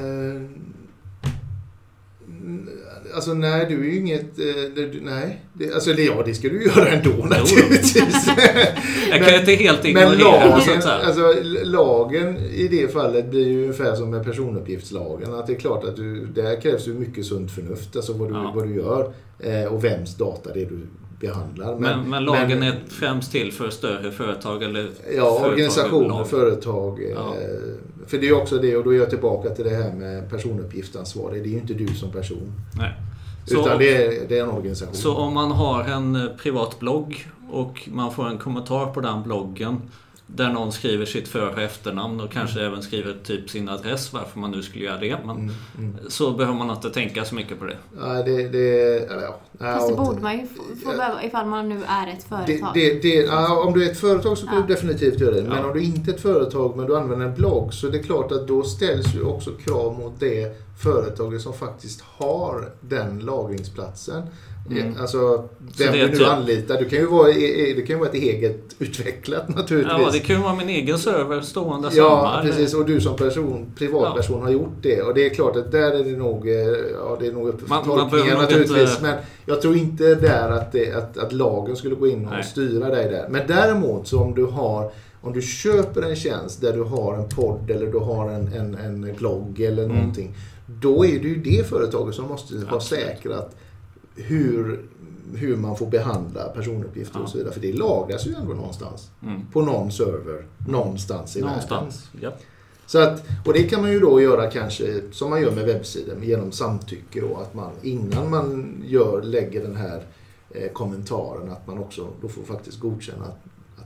Alltså nej, du är ju inget... nej, det ska du göra ändå naturligtvis. Jag kan inte helt ignorera det. Alltså, lagen i det fallet blir ju ungefär som med personuppgiftslagen. Att det är klart att där krävs ju mycket sunt förnuft. Alltså vad du gör och vems data det är du behandlar. Men lagen är främst till för större företag eller organisationer, företag. För det är också det, och då är jag tillbaka till det här med personuppgiftsansvar. Det är ju inte du som person. Nej. Utan det är en organisation. Så om man har en privat blogg och man får en kommentar på den bloggen där någon skriver sitt för- och efternamn och kanske även skriver typ sin adress, varför man nu skulle göra det. Men så behöver man inte tänka så mycket på det. Fast det borde man ju få ifall man nu är ett företag. Om du är ett företag så kan du definitivt göra det. Men om du inte är ett företag men du använder en blogg, så det är klart att då ställs ju också krav mot det företaget som faktiskt har den lagringsplatsen. Alltså vem du nu anlitar, det kan ju vara ett eget utvecklat naturligtvis. Ja, det kan ju vara min egen server stående samma. Ja, precis, och du som privatperson har gjort det, och det är klart att där är det nog upp för tolkningen naturligtvis, men jag tror inte där att lagen skulle gå in och styra dig där. Men däremot så om du köper en tjänst där du har en podd eller du har en blogg eller någonting, då är det ju det företaget som måste vara säkrat hur man får behandla personuppgifter och så vidare. För det lagras ju ändå någonstans. På någon server. Någonstans i världen. Ja. Så att, och det kan man ju då göra kanske som man gör med webbsidor genom samtycke då, att man innan man lägger den här kommentaren, att man också då får faktiskt godkänna att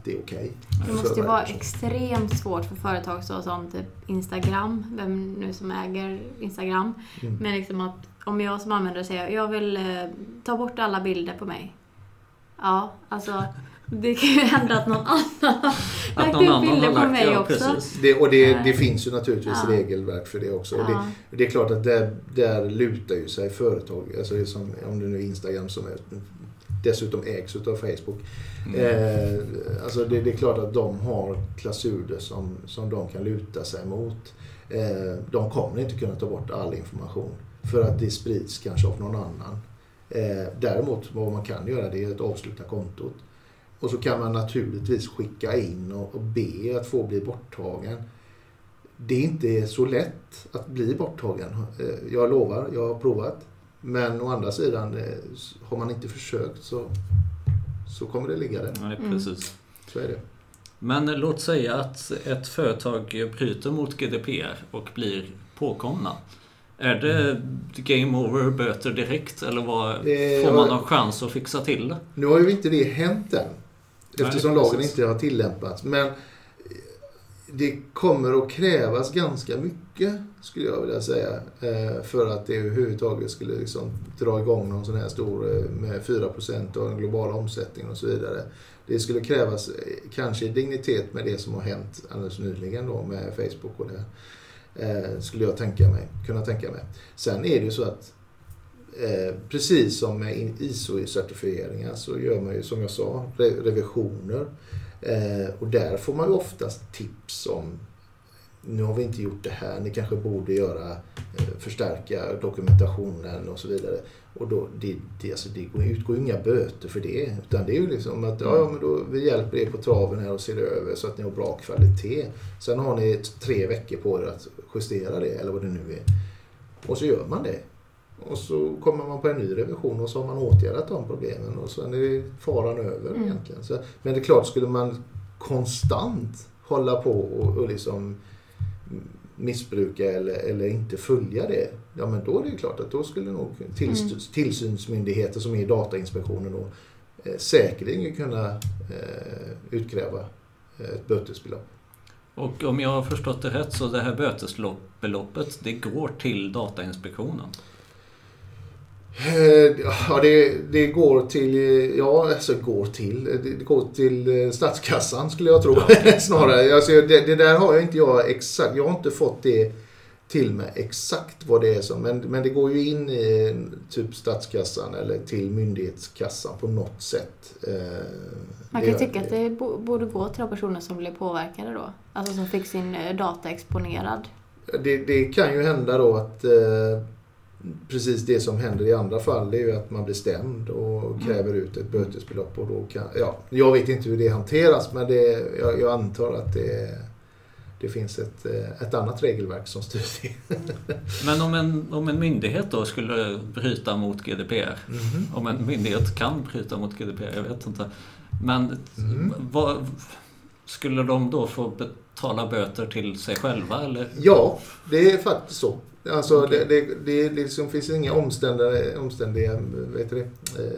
det är okej. Det måste ju vara extremt svårt för företag som typ Instagram, vem nu som äger Instagram. Men liksom att om jag som användare säger jag vill ta bort alla bilder på mig. Ja, alltså det kan ju hända att någon annan lagt ut bilder på mig också. Det finns ju naturligtvis regelverk för det också. Och det är klart att där lutar ju sig företag, alltså det är som, om det nu är Instagram som är dessutom ägs av Facebook. Alltså det är klart att de har klausuler som de kan luta sig mot. De kommer inte kunna ta bort all information för att det sprids kanske av någon annan. Däremot vad man kan göra, det är att avsluta kontot. Och så kan man naturligtvis skicka in och be att få bli borttagen. Det är inte så lätt att bli borttagen. Jag lovar, jag har provat. Men å andra sidan, har man inte försökt så kommer det ligga där. Nej, precis. Så är det. Men låt säga att ett företag bryter mot GDPR och blir påkomna. Är det game over, böter direkt eller får man någon chans att fixa till det? Nu har ju inte det hänt än. Eftersom lagen inte har tillämpats. Men det kommer att krävas ganska mycket, skulle jag vilja säga, för att det överhuvudtaget skulle liksom dra igång någon sån här stor med 4% av den globala omsättningen och så vidare. Det skulle krävas kanske dignitet med det som har hänt alldeles nyligen då med Facebook och det skulle jag kunna tänka mig. Sen är det ju så att precis som med ISO-certifieringar så gör man ju, som jag sa, revisioner. Och där får man ju oftast tips om, nu har vi inte gjort det här, ni kanske borde förstärka dokumentationen och så vidare. Och då, det utgår inga böter för det, utan det är ju liksom att men då, vi hjälper er på traven här och ser över så att ni har bra kvalitet. Sen har ni 3 veckor på er att justera det, eller vad det nu är. Och så gör man det. Och så kommer man på en ny revision och så har man åtgärdat de problemen och så är det faran över egentligen. Så, men det är klart, skulle man konstant hålla på och liksom missbruka eller inte följa det, ja men då är det klart att då skulle nog tillsynsmyndigheter som är Datainspektionen då säkerligen kunna utkräva ett bötesbelopp. Och om jag har förstått det rätt så det här bötesbeloppet, det går till Datainspektionen? Ja, det går till statskassan skulle jag tro. Snarare. Alltså, det där har jag exakt. Jag har inte fått det till mig exakt vad det är som. Men det går ju in i typ statskassan eller till myndighetskassan på något sätt. Man kan ju tycka att det borde gå till de personer som blev påverkade då. Alltså som fick sin data exponerad. Det kan ju hända då att precis det som händer i andra fall, det är ju att man blir stämd och kräver ut ett bötesbelopp och då jag vet inte hur det hanteras, men jag antar att det finns ett annat regelverk som styr det. Men om en myndighet då skulle bryta mot GDPR, om en myndighet kan bryta mot GDPR, jag vet inte, men vad skulle de då få betala böter till sig själva eller? Ja, det är faktiskt så. Alltså det liksom finns inga omständiga vet du det?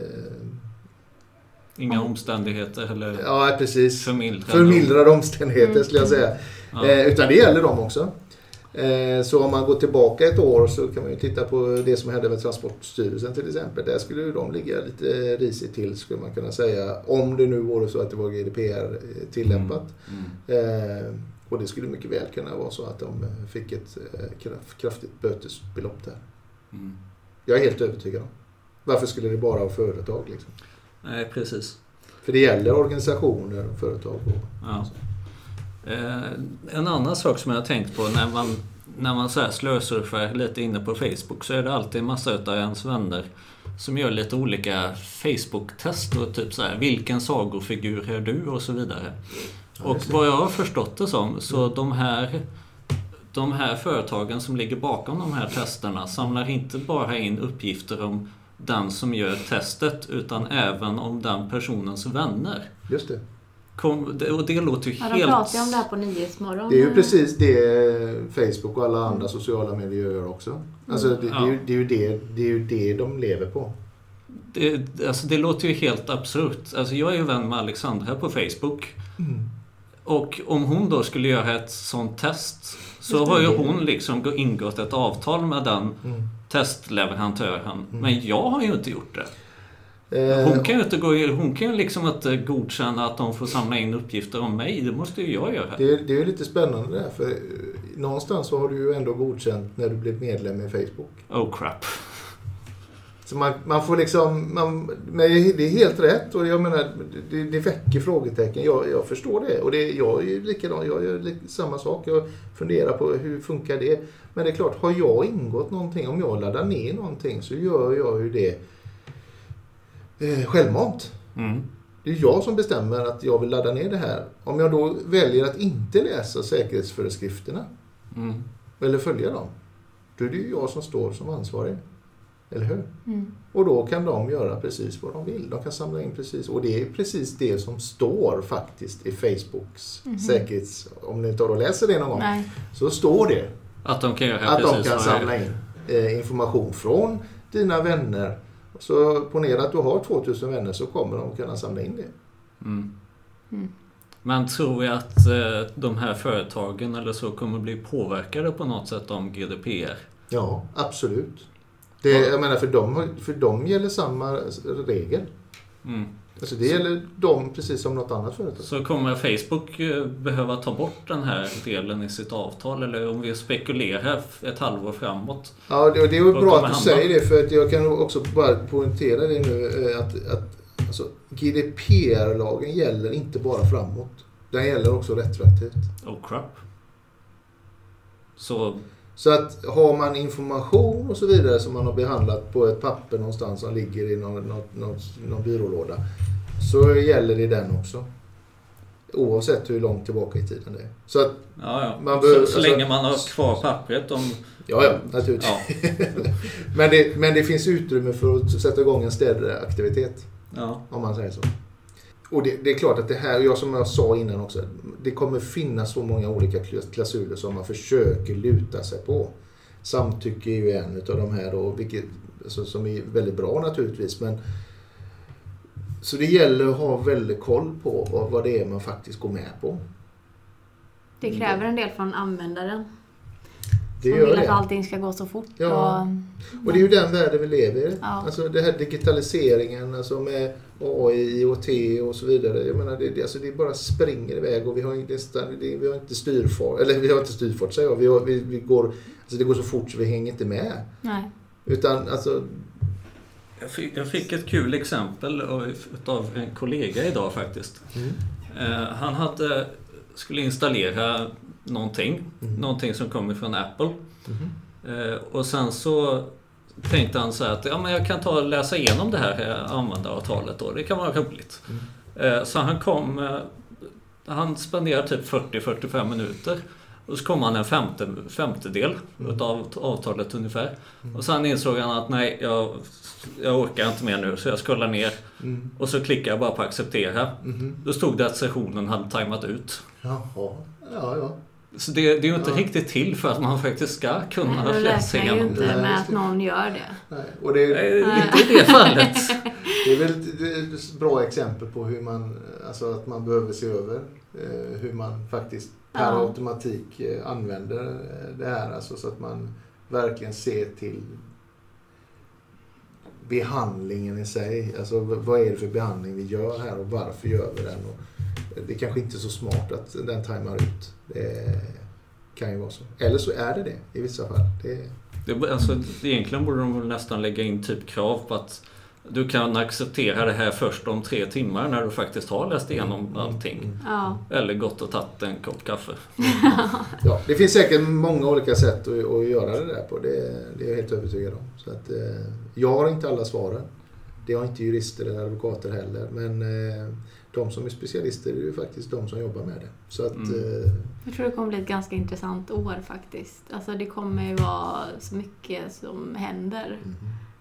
Inga omständigheter eller? Ja, precis. Förmildrade omständigheter skulle jag säga. Utan det gäller dem också. Så om man går tillbaka ett år så kan man ju titta på det som hände med Transportstyrelsen till exempel. Där skulle ju de ligga lite risigt till, skulle man kunna säga. Om det nu vore så att det var GDPR tillämpat. Och det skulle mycket väl kunna vara så att de fick ett kraftigt bötesbelopp där. Jag är helt övertygad om. Varför skulle det bara vara företag liksom? Nej, precis. För det gäller organisationer och företag. En annan sak som jag har tänkt på när man så här slösurfar lite inne på Facebook, så är det alltid en massa av ens vänner som gör lite olika Facebook-test och typ så här, vilken sagofigur är du och så vidare. Och vad jag har förstått det som, så de här företagen som ligger bakom de här testerna samlar inte bara in uppgifter om den som gör testet, utan även om den personens vänner. Just det. Och det låter ju helt... De pratar om det här på Nyhetsmorgon. Det är ju precis det Facebook och alla andra sociala medier gör också. Alltså det är ju det de lever på. Det låter ju helt absurt. Alltså jag är ju vän med Alexandra på Facebook. Och om hon då skulle göra ett sånt test, så har ju hon liksom ingått ett avtal med den testleverantören. Men jag har ju inte gjort det. Hon kan ju liksom inte godkänna att de får samla in uppgifter om mig. Det måste ju jag göra. Det är ju lite spännande där, för någonstans så har du ju ändå godkänt när du blev medlem i Facebook. Oh crap. Så man får liksom, men det är helt rätt, och jag menar, det väcker frågetecken. Jag förstår det, och jag är ju likadan, jag gör samma sak. Jag funderar på hur funkar det. Men det är klart, har jag ingått någonting, om jag laddar ner någonting, så gör jag ju det självmant. Det är jag som bestämmer att jag vill ladda ner det här. Om jag då väljer att inte läsa säkerhetsföreskrifterna eller följa dem, då är det ju jag som står som ansvarig. Eller hur? Och då kan de göra precis vad de vill. De kan samla in precis. Och det är precis det som står faktiskt i Facebooks säkerhets... Om ni tar och läser det någon gång. Så står det att de kan, samla in information från dina vänner. Så ponera att du har 2000 vänner, så kommer de kunna samla in det. Men tror jag att de här företagen eller så kommer bli påverkade på något sätt om GDPR? Ja, absolut. Jag menar, för dem gäller samma regel. Alltså det gäller dem precis som något annat företag. Så kommer Facebook behöva ta bort den här delen i sitt avtal, eller om vi spekulerar ett halvår framåt? Ja, det är ju bra att du säger det, för att jag kan också bara poängtera det nu, att alltså, GDPR-lagen gäller inte bara framåt. Den gäller också retroaktivt. Oh crap. Så att har man information och så vidare som man har behandlat på ett papper någonstans som ligger i någon byrålåda, så gäller det den också. Oavsett hur långt tillbaka i tiden det är. Så att man behöver, så länge man har kvar pappret om... Ja, naturligtvis. Ja. men det finns utrymme för att sätta igång en större aktivitet. Ja. Om man säger så. Och det är klart att det här, som jag sa innan också, det kommer finnas så många olika klausuler som man försöker luta sig på. Samtycke är ju en av de här då, vilket, alltså, som är väldigt bra naturligtvis. Men, så det gäller att ha väldigt koll på vad det är man faktiskt går med på. Det kräver en del från användaren. Det som vill att allting ska gå så fort. Ja. Och det är ju den världen vi lever i. Ja. Alltså det här digitaliseringen, alltså med AI, IoT och så vidare. Jag menar, det bara springer iväg, och vi har inte styrfart. Eller vi har inte styrfart, säger jag. Vi går, alltså det går så fort så vi hänger inte med. Nej. Utan alltså... Jag fick ett kul exempel av en kollega idag faktiskt. Han skulle installera någonting som kommer från Apple. Och sen så tänkte han så här att men jag kan läsa igenom det här användaravtalet då. Det kan vara roligt. Så han spenderade typ 40-45 minuter. Och så kom han en femtedel av avtalet ungefär. Och sen insåg han att nej, jag orkar inte mer nu, så jag scrollar ner. Och så klickar jag bara på acceptera. Då stod det att sessionen hade timat ut. Jaha, ja. Så det är ju inte riktigt till för att man faktiskt ska kunna läsa igenom det. Det räknar ju inte med att någon gör det. Nej, och det är inte i det fallet. Det är väl ett bra exempel på hur att man behöver se över hur man faktiskt per automatik använder det här. Alltså så att man verkligen ser till behandlingen i sig. Alltså vad är det för behandling vi gör här och varför gör vi den? Och det är kanske inte så smart att den timar ut. Det kan ju vara så. Eller så är det i vissa fall. Egentligen borde de väl nästan lägga in typ krav på att du kan acceptera det här först om 3 timmar när du faktiskt har läst igenom allting. Eller gått och tagit en kopp kaffe. Ja, det finns säkert många olika sätt att göra det där på. Det är jag helt övertygad om. Så att, jag har inte alla svaren. Det har inte jurister eller advokater heller. Men de som är specialister är ju faktiskt de som jobbar med det. Så att, jag tror det kommer bli ett ganska intressant år faktiskt. Alltså det kommer ju vara så mycket som händer.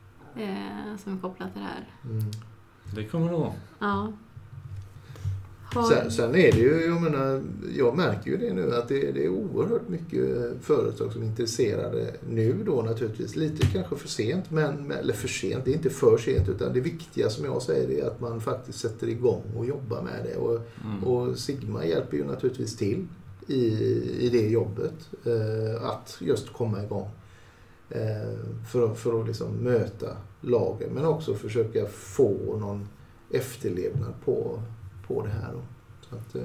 Som är kopplat till det här. Det kommer det vara. Ja. Sen är det ju, jag märker ju det nu att det är oerhört mycket företag som är intresserade nu då naturligtvis. Lite kanske för sent, eller för sent, det är inte för sent, utan det viktiga som jag säger är att man faktiskt sätter igång och jobbar med det. Och Sigma hjälper ju naturligtvis till i det jobbet att just komma igång. För att liksom möta lagen, men också försöka få någon efterlevnad på det här då. Så att,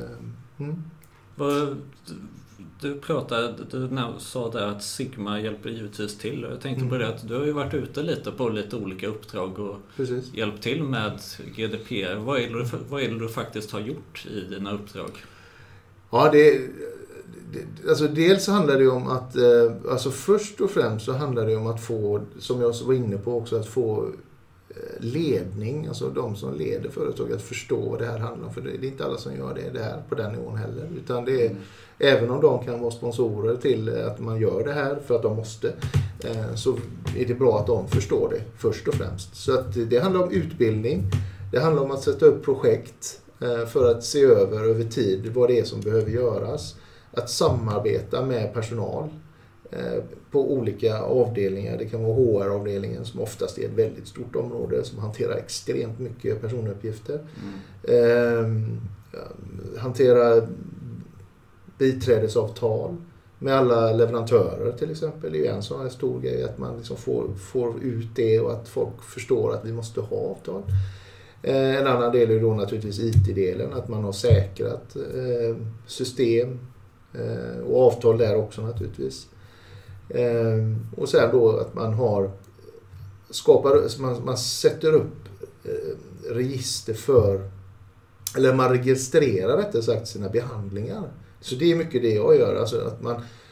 Du sa där att Sigma hjälper givetvis till. Jag tänkte på det att du har ju varit ute lite på lite olika uppdrag och hjälpt till med GDPR. Vad är det du faktiskt har gjort i dina uppdrag? Ja, alltså dels handlar det om att alltså först och främst så handlar det om att få, som jag var inne på också, att få ledning, alltså de som leder företag att förstå vad det här handlar om. För det är inte alla som gör det här på den nivån heller. Utan det är, även om de kan vara sponsorer till att man gör det här för att de måste, så är det bra att de förstår det först och främst. Så att det handlar om utbildning, det handlar om att sätta upp projekt för att se över tid vad det är som behöver göras. Att samarbeta med personal på olika avdelningar. Det kan vara HR-avdelningen som oftast är ett väldigt stort område som hanterar extremt mycket personuppgifter. Hantera biträdesavtal med alla leverantörer till exempel. Det är en sån här stor grej att man liksom får ut det och att folk förstår att vi måste ha avtal. En annan del är då naturligtvis IT-delen, att man har säkrat system och avtal där också naturligtvis. Och sen då att man man sätter upp register för, eller man registrerar rättare sagt sina behandlingar. Så det är mycket det jag gör, alltså att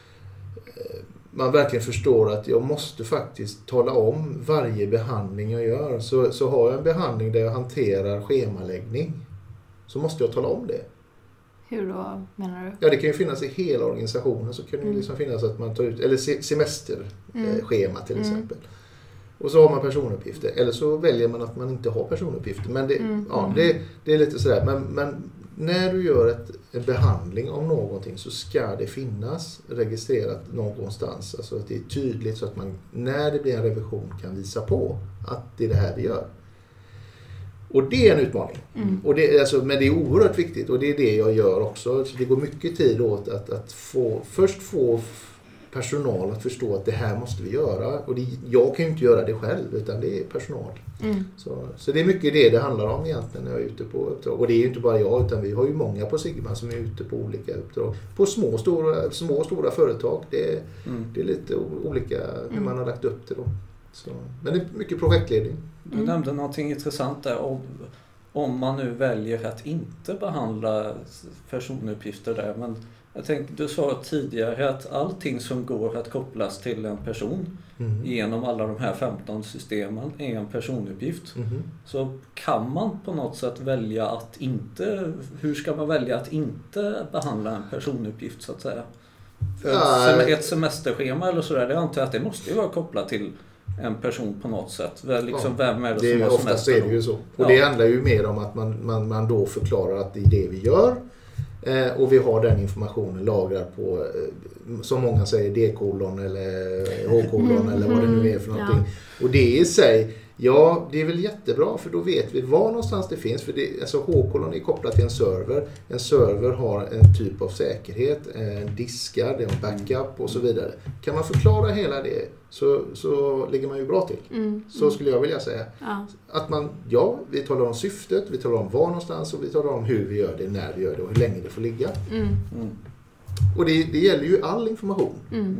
man verkligen förstår att jag måste faktiskt tala om varje behandling jag gör. Så har jag en behandling där jag hanterar schemaläggning, så måste jag tala om det. Hur då menar du? Ja, det kan ju finnas i hela organisationen, så kan det ju liksom finnas att man tar ut, eller semesterschema till exempel. Och så har man personuppgifter, eller så väljer man att man inte har personuppgifter. Men det är lite sådär, men när du gör en behandling om någonting så ska det finnas registrerat någonstans. Alltså att det är tydligt så att man, när det blir en revision, kan visa på att det är det här vi gör. Och det är en utmaning. Och men det är oerhört viktigt, och det är det jag gör också. Så det går mycket tid åt att först få personal att förstå att det här måste vi göra. Och jag kan ju inte göra det själv, utan det är personal. Så det är mycket det handlar om egentligen när jag är ute på uppdrag. Och det är ju inte bara jag, utan vi har ju många på Sigma som är ute på olika uppdrag. På små stora företag. Det är lite olika hur man har lagt upp det då. Så, men det är mycket projektledning. Du nämnde någonting intressant där om man nu väljer att inte behandla personuppgifter där. Men jag tänkte, du sa tidigare att allting som går att kopplas till en person genom alla de här 15 systemen är en personuppgift. Så kan man på något sätt välja att inte, hur ska man välja att inte behandla en personuppgift så att säga? För ett semesterschema eller sådär, det antar jag att det måste ju vara kopplat till en person på något sätt. Liksom, vem är det som har semester? Oftast är det ju så. Och det handlar ju mer om att man då förklarar att det är det vi gör. Och vi har den informationen lagrad på, som många säger, D-kolon eller H-kolon eller vad det nu är för någonting. Och det i sig, ja, det är väl jättebra, för då vet vi var någonstans det finns. För H-kolon är kopplat till en server. En server har en typ av säkerhet, en diskar, det är en backup och så vidare. Kan man förklara hela det så ligger man ju bra till. Så skulle jag vilja säga. Att vi talar om syftet, vi talar om var någonstans och vi talar om hur vi gör det, när vi gör det och hur länge det får ligga. Och det gäller ju all information.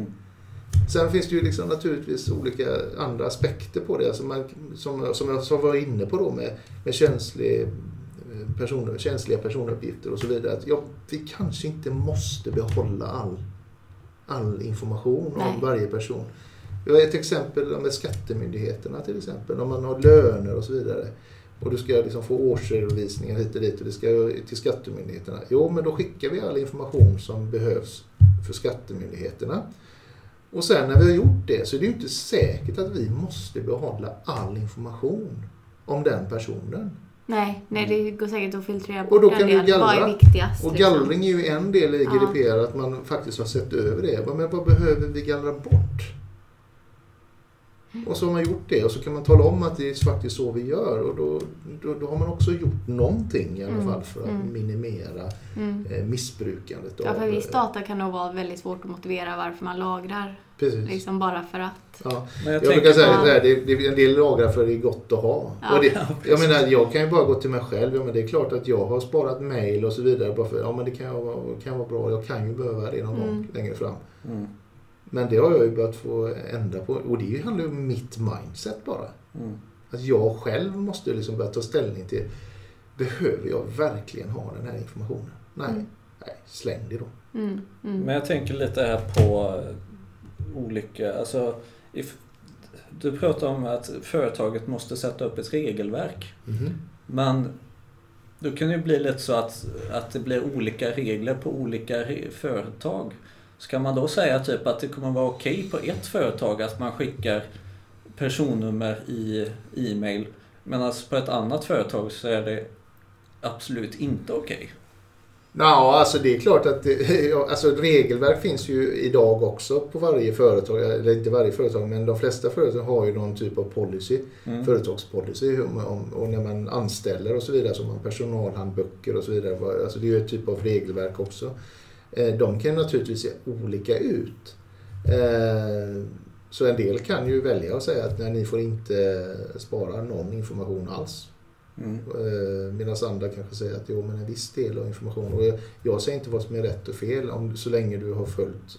Sen finns det ju liksom naturligtvis olika andra aspekter på det. Alltså som jag var inne på då med känsliga personuppgifter och så vidare. Att vi kanske inte måste behålla all information om varje person. Jag har ett exempel med skattemyndigheterna till exempel. Om man har löner och så vidare. Och du ska liksom få årsredovisningar hit och dit och det ska till skattemyndigheterna. Jo, men då skickar vi all information som behövs för skattemyndigheterna. Och sen när vi har gjort det så är det ju inte säkert att vi måste behålla all information om den personen. Nej, det går säkert att filtrera bort. Och då kan du gallra. Vad är viktigast? Och gallring är ju en del i GDPR, att man faktiskt har sett över det. Men vad behöver vi gallra bort? Och så har man gjort det, och så kan man tala om att det är faktiskt så vi gör, och då har man också gjort någonting i alla fall för att minimera missbrukandet. Ja, för viss data kan nog vara väldigt svårt att motivera varför man lagrar. Precis. Liksom bara för att. Ja. Men jag brukar säga att det är en del lagrar för det är gott att ha. Ja. Och jag menar, jag kan ju bara gå till mig själv. Ja, men det är klart att jag har sparat mejl och så vidare. Bara för, men det kan vara bra. Jag kan ju behöva det någon gång längre fram. Mm. Men det har jag ju börjat få ändra på. Och det handlar ju om mitt mindset bara. Mm. Att jag själv måste liksom börja ta ställning till, behöver jag verkligen ha den här informationen? Nej, släng det då. Men jag tänker lite här på olika, alltså du pratar om att företaget måste sätta upp ett regelverk. Men då kan det ju bli lite så att det blir olika regler på olika företag. Ska man då säga typ att det kommer vara okej på ett företag att man skickar personnummer i e-mail, men alltså på ett annat företag så är det absolut inte okej? Ja, alltså det är klart att regelverk finns ju idag också på varje företag, eller inte varje företag, men de flesta företag har ju någon typ av policy, företagspolicy, och när man anställer och så vidare, som man personalhandböcker och så vidare, alltså det är ju ett typ av regelverk också. De kan naturligtvis se olika ut. Så en del kan ju välja att säga att ni får inte spara någon information alls. Medan andra kanske säger att men en viss del av information. Och jag säger inte vad som är rätt och fel så länge du har följt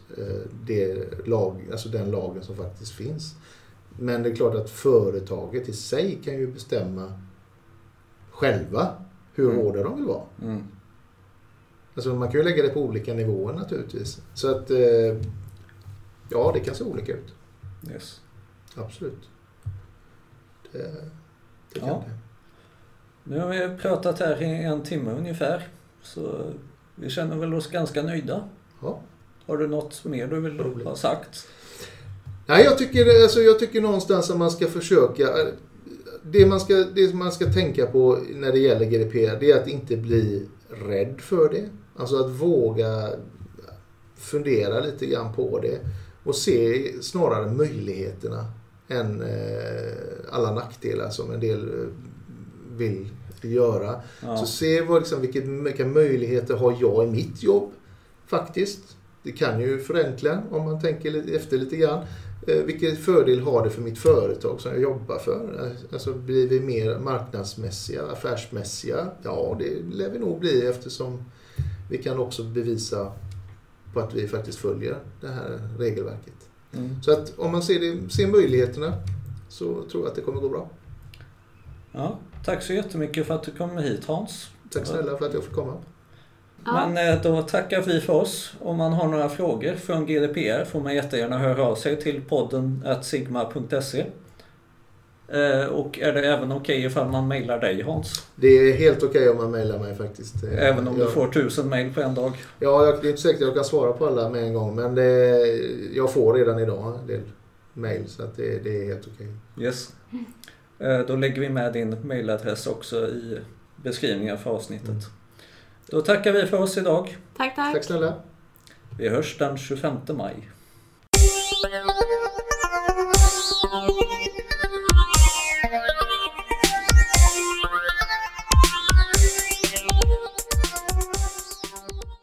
den lagen som faktiskt finns. Men det är klart att företaget i sig kan ju bestämma själva hur hårda de vill vara. Alltså man kan ju lägga det på olika nivåer naturligtvis. Så att det kan se olika ut. Yes. Absolut. Det kan det. Nu har vi pratat här i 1 timme ungefär. Så vi känner väl oss ganska nöjda. Ja. Har du något mer du vill ha sagt? Nej, jag tycker någonstans att man ska försöka. Det man ska tänka på när det gäller GDPR, det är att inte bli rädd för det. Alltså att våga fundera lite grann på det och se snarare möjligheterna än alla nackdelar som en del vill göra. Ja. Så se vilka möjligheter har jag i mitt jobb faktiskt. Det kan ju förenkla om man tänker efter lite grann. Vilken fördel har det för mitt företag som jag jobbar för? Alltså blir vi mer marknadsmässiga, affärsmässiga? Ja, det lär vi nog bli, eftersom vi kan också bevisa på att vi faktiskt följer det här regelverket. Så att om man ser möjligheterna, så tror jag att det kommer gå bra. Ja, tack så jättemycket för att du kom hit, Hans. Tack snälla för att jag fick komma. Men då tackar vi för oss. Om man har några frågor från GDPR får man jättegärna höra av sig till podden@sigma.se. Och är det även okej ifall man mejlar dig, Hans? Det är helt okej om man mejlar mig faktiskt. Även om du får 1000 mejl på en dag? Ja, det är inte säkert att jag kan svara på alla med en gång, men jag får redan idag en del mejl, så att det är helt okej. Yes. Då lägger vi med din mejladress också i beskrivningen för avsnittet. Då tackar vi för oss idag. Tack. Tack snälla. Vi hörs den 25 maj.